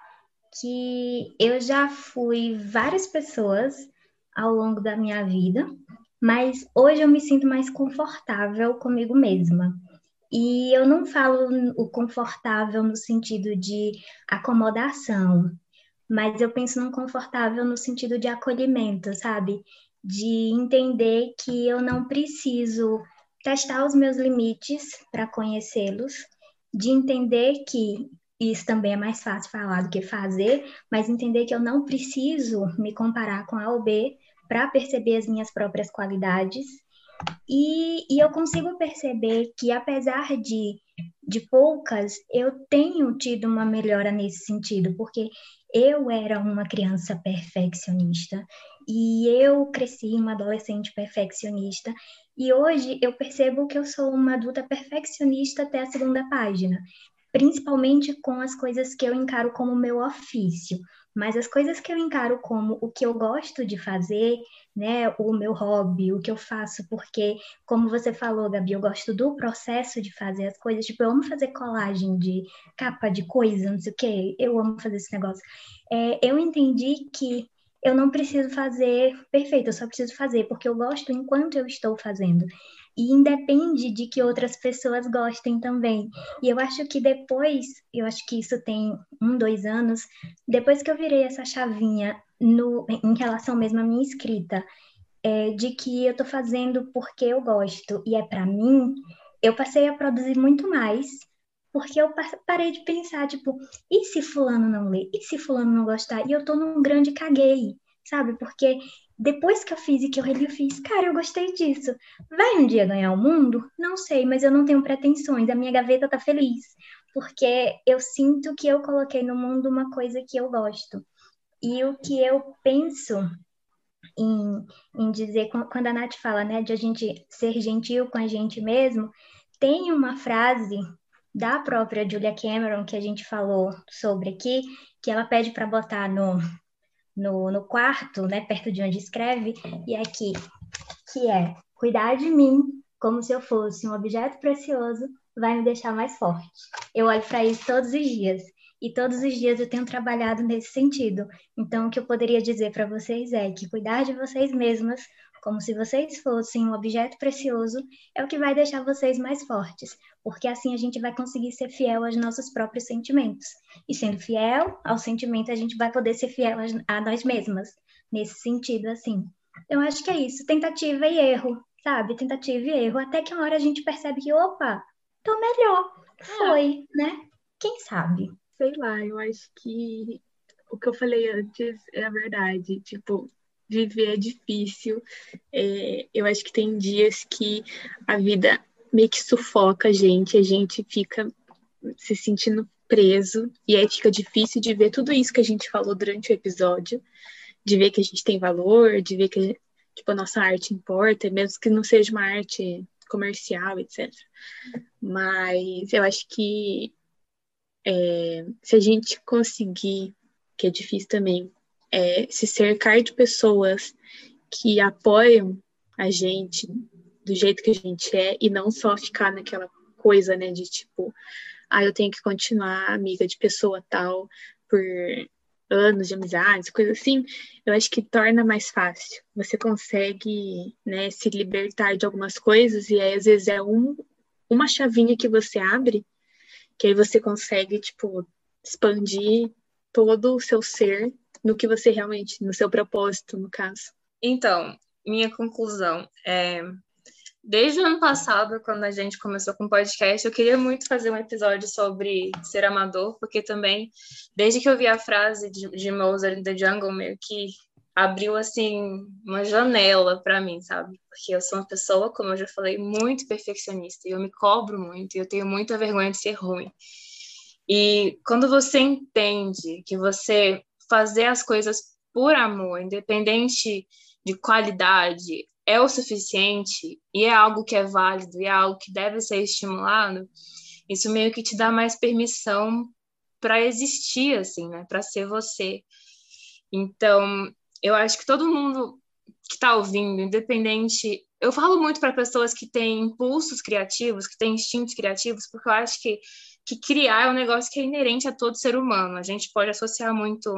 que eu já fui várias pessoas ao longo da minha vida, mas hoje eu me sinto mais confortável comigo mesma. E eu não falo o confortável no sentido de acomodação, mas eu penso num confortável no sentido de acolhimento, sabe? De entender que eu não preciso testar os meus limites para conhecê-los, de entender que isso também é mais fácil falar do que fazer, mas entender que eu não preciso me comparar com A ou B para perceber as minhas próprias qualidades. E eu consigo perceber que, apesar de poucas, eu tenho tido uma melhora nesse sentido, porque eu era uma criança perfeccionista e eu cresci uma adolescente perfeccionista, e hoje eu percebo que eu sou uma adulta perfeccionista até a segunda página, principalmente com as coisas que eu encaro como meu ofício. Mas as coisas que eu encaro como o que eu gosto de fazer, né, o meu hobby, o que eu faço, porque, como você falou, Gabi, eu gosto do processo de fazer as coisas, tipo, eu amo fazer colagem de capa de coisa, não sei o quê, eu amo fazer esse negócio. Eu entendi que eu não preciso fazer perfeito, eu só preciso fazer, porque eu gosto enquanto eu estou fazendo. E independe de que outras pessoas gostem também. E eu acho que depois, eu acho que isso tem 2 anos, depois que eu virei essa chavinha em relação mesmo à minha escrita, de que eu tô fazendo porque eu gosto e é para mim, eu passei a produzir muito mais, porque eu parei de pensar, tipo, e se fulano não lê? E se fulano não gostar? E eu tô num grande caguei, sabe? Porque depois que eu fiz e que eu reli, eu fiz, cara, eu gostei disso. Vai um dia ganhar o mundo? Não sei, mas eu não tenho pretensões, a minha gaveta tá feliz, porque eu sinto que eu coloquei no mundo uma coisa que eu gosto. E o que eu penso em dizer, quando a Nath fala, né, de a gente ser gentil com a gente mesmo, tem uma frase da própria Julia Cameron, que a gente falou sobre aqui, que ela pede para botar no quarto, né, perto de onde escreve, e é aqui, que é: cuidar de mim como se eu fosse um objeto precioso vai me deixar mais forte. Eu olho para isso todos os dias. E todos os dias eu tenho trabalhado nesse sentido. Então, o que eu poderia dizer para vocês é que cuidar de vocês mesmas como se vocês fossem um objeto precioso, é o que vai deixar vocês mais fortes, porque assim a gente vai conseguir ser fiel aos nossos próprios sentimentos. E sendo fiel ao sentimento, a gente vai poder ser fiel a nós mesmas, nesse sentido, assim. Eu acho que é isso, tentativa e erro, sabe? Tentativa e erro, até que uma hora a gente percebe que, opa, tô melhor. Foi, né? Quem sabe? Sei lá, eu acho que o que eu falei antes é a verdade. Tipo, viver é difícil. Eu acho que tem dias que a vida meio que sufoca a gente fica se sentindo preso, e aí fica difícil de ver tudo isso que a gente falou durante o episódio, de ver que a gente tem valor, de ver que tipo, a nossa arte importa, mesmo que não seja uma arte comercial, etc. Mas eu acho que se a gente conseguir, que é difícil também, se cercar de pessoas que apoiam a gente do jeito que a gente é, e não só ficar naquela coisa, né, de tipo, eu tenho que continuar amiga de pessoa tal por anos de amizade, coisa assim, eu acho que torna mais fácil. Você consegue, né, se libertar de algumas coisas, e aí às vezes é uma chavinha que você abre, que aí você consegue, tipo, expandir todo o seu ser no que você realmente, no seu propósito, no caso. Então, minha conclusão é... Desde o ano passado, quando a gente começou com o podcast, eu queria muito fazer um episódio sobre ser amador, porque também, desde que eu vi a frase de Mozart in the Jungle, meio que abriu, assim, uma janela para mim, sabe? Porque eu sou uma pessoa, como eu já falei, muito perfeccionista, e eu me cobro muito, e eu tenho muita vergonha de ser ruim. E quando você entende que você fazer as coisas por amor, independente de qualidade, é o suficiente, e é algo que é válido, e é algo que deve ser estimulado, isso meio que te dá mais permissão para existir, assim, né? Para ser você. Então, eu acho que todo mundo que está ouvindo, independente... Eu falo muito para pessoas que têm impulsos criativos, que têm instintos criativos, porque eu acho que criar é um negócio que é inerente a todo ser humano. A gente pode associar muito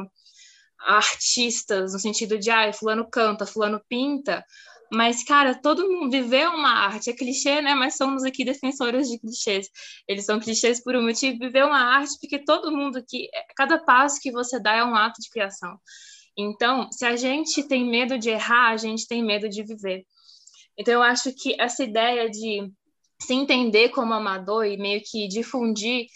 a artistas, no sentido de, fulano canta, fulano pinta, mas, cara, todo mundo viver uma arte, é clichê, né? Mas somos aqui defensores de clichês. Eles são clichês por um motivo, viver uma arte, porque todo mundo aqui, cada passo que você dá é um ato de criação. Então, se a gente tem medo de errar, a gente tem medo de viver. Então, eu acho que essa ideia de se entender como amador e meio que difundir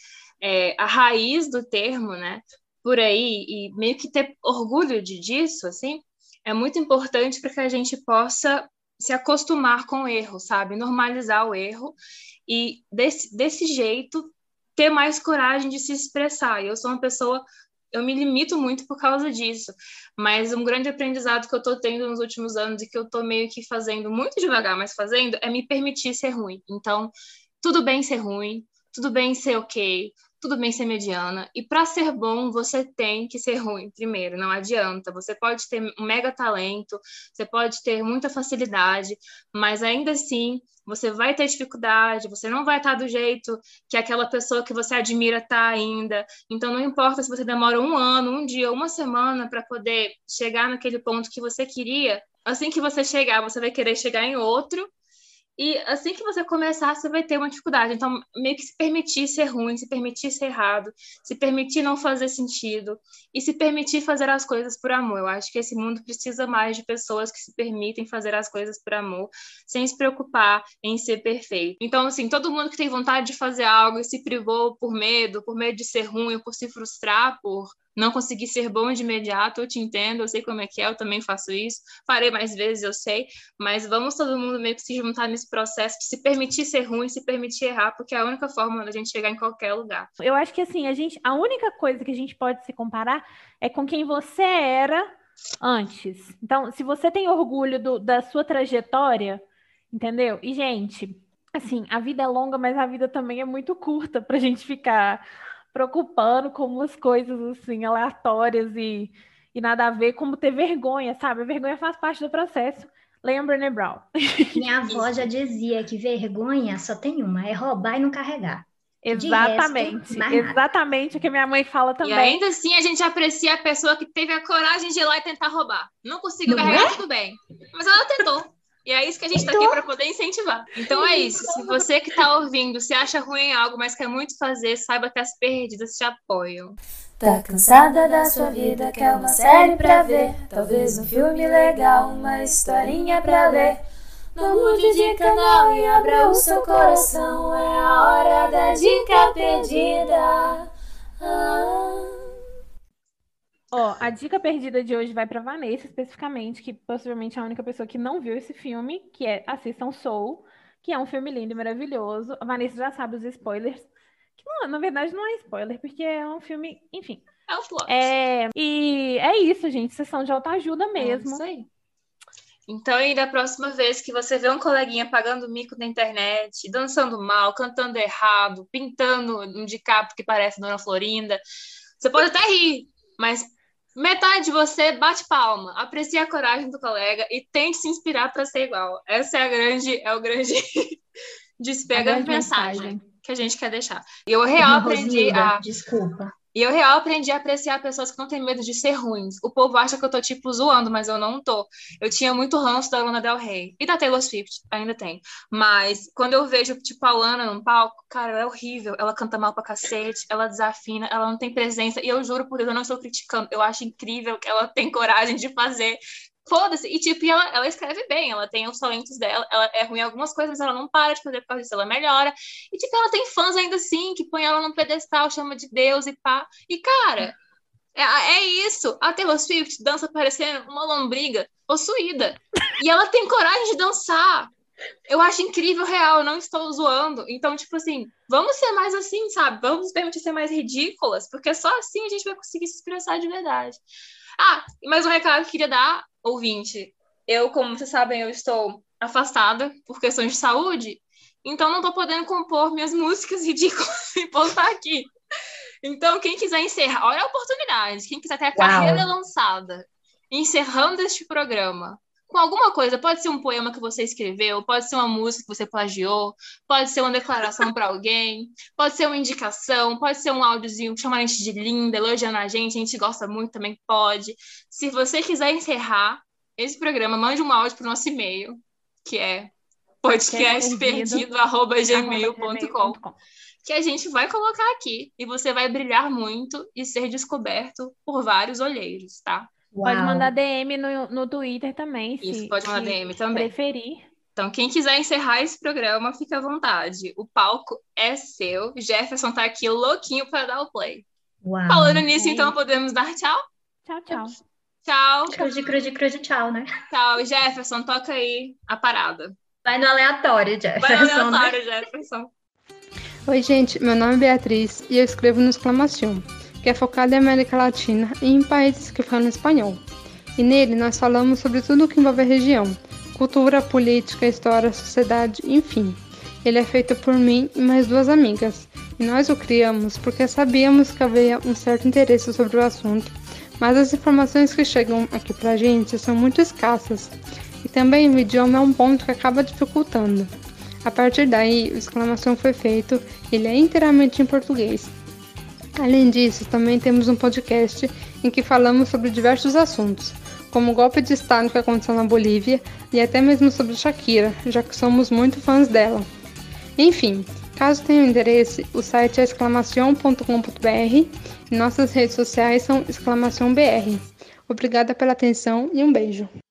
a raiz do termo, né? Por aí, e meio que ter orgulho disso, assim, é muito importante para que a gente possa se acostumar com o erro, sabe? Normalizar o erro e, desse jeito, ter mais coragem de se expressar. E eu sou uma pessoa... Eu me limito muito por causa disso, mas um grande aprendizado que eu tô tendo nos últimos anos e que eu tô meio que fazendo muito devagar, mas fazendo, é me permitir ser ruim. Então, tudo bem ser ruim, tudo bem ser ok, tudo bem ser mediana, e para ser bom, você tem que ser ruim primeiro, não adianta. Você pode ter um mega talento, você pode ter muita facilidade, mas ainda assim, você vai ter dificuldade, você não vai estar do jeito que aquela pessoa que você admira está ainda. Então, não importa se você demora um ano, um dia, uma semana para poder chegar naquele ponto que você queria, assim que você chegar, você vai querer chegar em outro, e assim que você começar, você vai ter uma dificuldade. Então, meio que se permitir ser ruim, se permitir ser errado, se permitir não fazer sentido e se permitir fazer as coisas por amor. Eu acho que esse mundo precisa mais de pessoas que se permitem fazer as coisas por amor, sem se preocupar em ser perfeito. Então, assim, todo mundo que tem vontade de fazer algo e se privou por medo de ser ruim, por se frustrar, por não conseguir ser bom de imediato, eu te entendo, eu sei como é que é, eu também faço isso, farei mais vezes, eu sei, mas vamos todo mundo meio que se juntar nesse processo de se permitir ser ruim, se permitir errar, porque é a única forma da gente chegar em qualquer lugar. Eu acho que assim, a única coisa que a gente pode se comparar é com quem você era antes. Então, se você tem orgulho da sua trajetória, entendeu? E, gente, assim, a vida é longa, mas a vida também é muito curta pra gente ficar preocupando com umas coisas assim aleatórias e nada a ver, como ter vergonha, sabe? A vergonha faz parte do processo. Leia Brené Brown. Minha avó já dizia que vergonha só tem uma, é roubar e não carregar. Exatamente, exatamente o que minha mãe fala também. E ainda assim a gente aprecia a pessoa que teve a coragem de ir lá e tentar roubar. Não conseguiu carregar, tudo bem. Mas ela tentou. E é isso que a gente tá aqui para poder incentivar. Então é isso. Se você que tá ouvindo, se acha ruim em algo, mas quer muito fazer, saiba que as perdidas te apoiam. Tá cansada da sua vida, quer uma série pra ver, talvez um filme legal, uma historinha pra ler. Não mude de canal e abra o seu coração, é a hora da dica perdida. A dica perdida de hoje vai pra Vanessa, especificamente, que possivelmente é a única pessoa que não viu esse filme, que é Assistam Soul, que é um filme lindo e maravilhoso. A Vanessa já sabe os spoilers, que na verdade não é spoiler, porque é um filme, enfim. É o plot. E é isso, gente, sessão de autoajuda mesmo. É isso aí. Então, e da próxima vez que você vê um coleguinha pagando mico na internet, dançando mal, cantando errado, pintando um DiCaprio que parece Dona Florinda, você pode até rir, mas metade de você bate palma, aprecia a coragem do colega e tente se inspirar para ser igual. Essa é o grande despega a mensagem que a gente quer deixar. E eu real aprendi Desculpa. E eu real aprendi a apreciar pessoas que não têm medo de ser ruins. O povo acha que eu tô, tipo, zoando, mas eu não tô. Eu tinha muito ranço da Lana Del Rey. E da Taylor Swift, ainda tem. Mas quando eu vejo, tipo, a Lana num palco, cara, ela é horrível. Ela canta mal pra cacete, ela desafina, ela não tem presença. E eu juro por Deus, eu não estou criticando. Eu acho incrível que ela tem coragem de fazer. Foda-se. E, tipo, ela escreve bem, ela tem os talentos dela, ela é ruim em algumas coisas, mas ela não para de fazer por causa disso, ela melhora. E, tipo, ela tem fãs ainda assim, que põe ela num pedestal, chama de Deus e pá. E, cara, é isso. A Taylor Swift dança parecendo uma lombriga possuída. E ela tem coragem de dançar. Eu acho incrível, real, eu não estou zoando. Então, tipo assim, vamos ser mais assim, sabe? Vamos permitir ser mais ridículas, porque só assim a gente vai conseguir se expressar de verdade. E mais um recado que eu queria dar, ouvinte. Eu, como vocês sabem, eu estou afastada por questões de saúde, então não estou podendo compor minhas músicas ridículas e postar aqui. Então, quem quiser encerrar, olha a oportunidade. Quem quiser ter a carreira lançada, encerrando este programa, com alguma coisa, pode ser um poema que você escreveu, pode ser uma música que você plagiou, pode ser uma declaração para alguém, pode ser uma indicação, pode ser um áudiozinho chamando a gente de linda, elogiando a gente gosta muito, também pode. Se você quiser encerrar esse programa, mande um áudio para o nosso e-mail, que é podcastperdido@gmail.com, que a gente vai colocar aqui e você vai brilhar muito e ser descoberto por vários olheiros, tá? Pode mandar DM no Twitter também, Isso, pode mandar DM também. Preferir. Então, quem quiser encerrar esse programa, fica à vontade. O palco é seu. Jefferson tá aqui louquinho para dar o play. Uau. Falando nisso, então, podemos dar tchau? Tchau. Tchau. Cruz, tchau, né? Tchau, Jefferson, toca aí a parada. Vai no aleatório, Jefferson. Oi, gente, meu nome é Beatriz e eu escrevo no Exclamação, que é focado em América Latina e em países que falam espanhol. E nele nós falamos sobre tudo o que envolve a região, cultura, política, história, sociedade, enfim. Ele é feito por mim e mais 2 amigas, e nós o criamos porque sabíamos que havia um certo interesse sobre o assunto, mas as informações que chegam aqui pra gente são muito escassas, e também o idioma é um ponto que acaba dificultando. A partir daí, o Exclamação foi feito, ele é inteiramente em português. Além disso, também temos um podcast em que falamos sobre diversos assuntos, como o golpe de Estado que aconteceu na Bolívia e até mesmo sobre Shakira, já que somos muito fãs dela. Enfim, caso tenham interesse, o site é exclamação.com.br e nossas redes sociais são exclamaçãobr. Obrigada pela atenção e um beijo.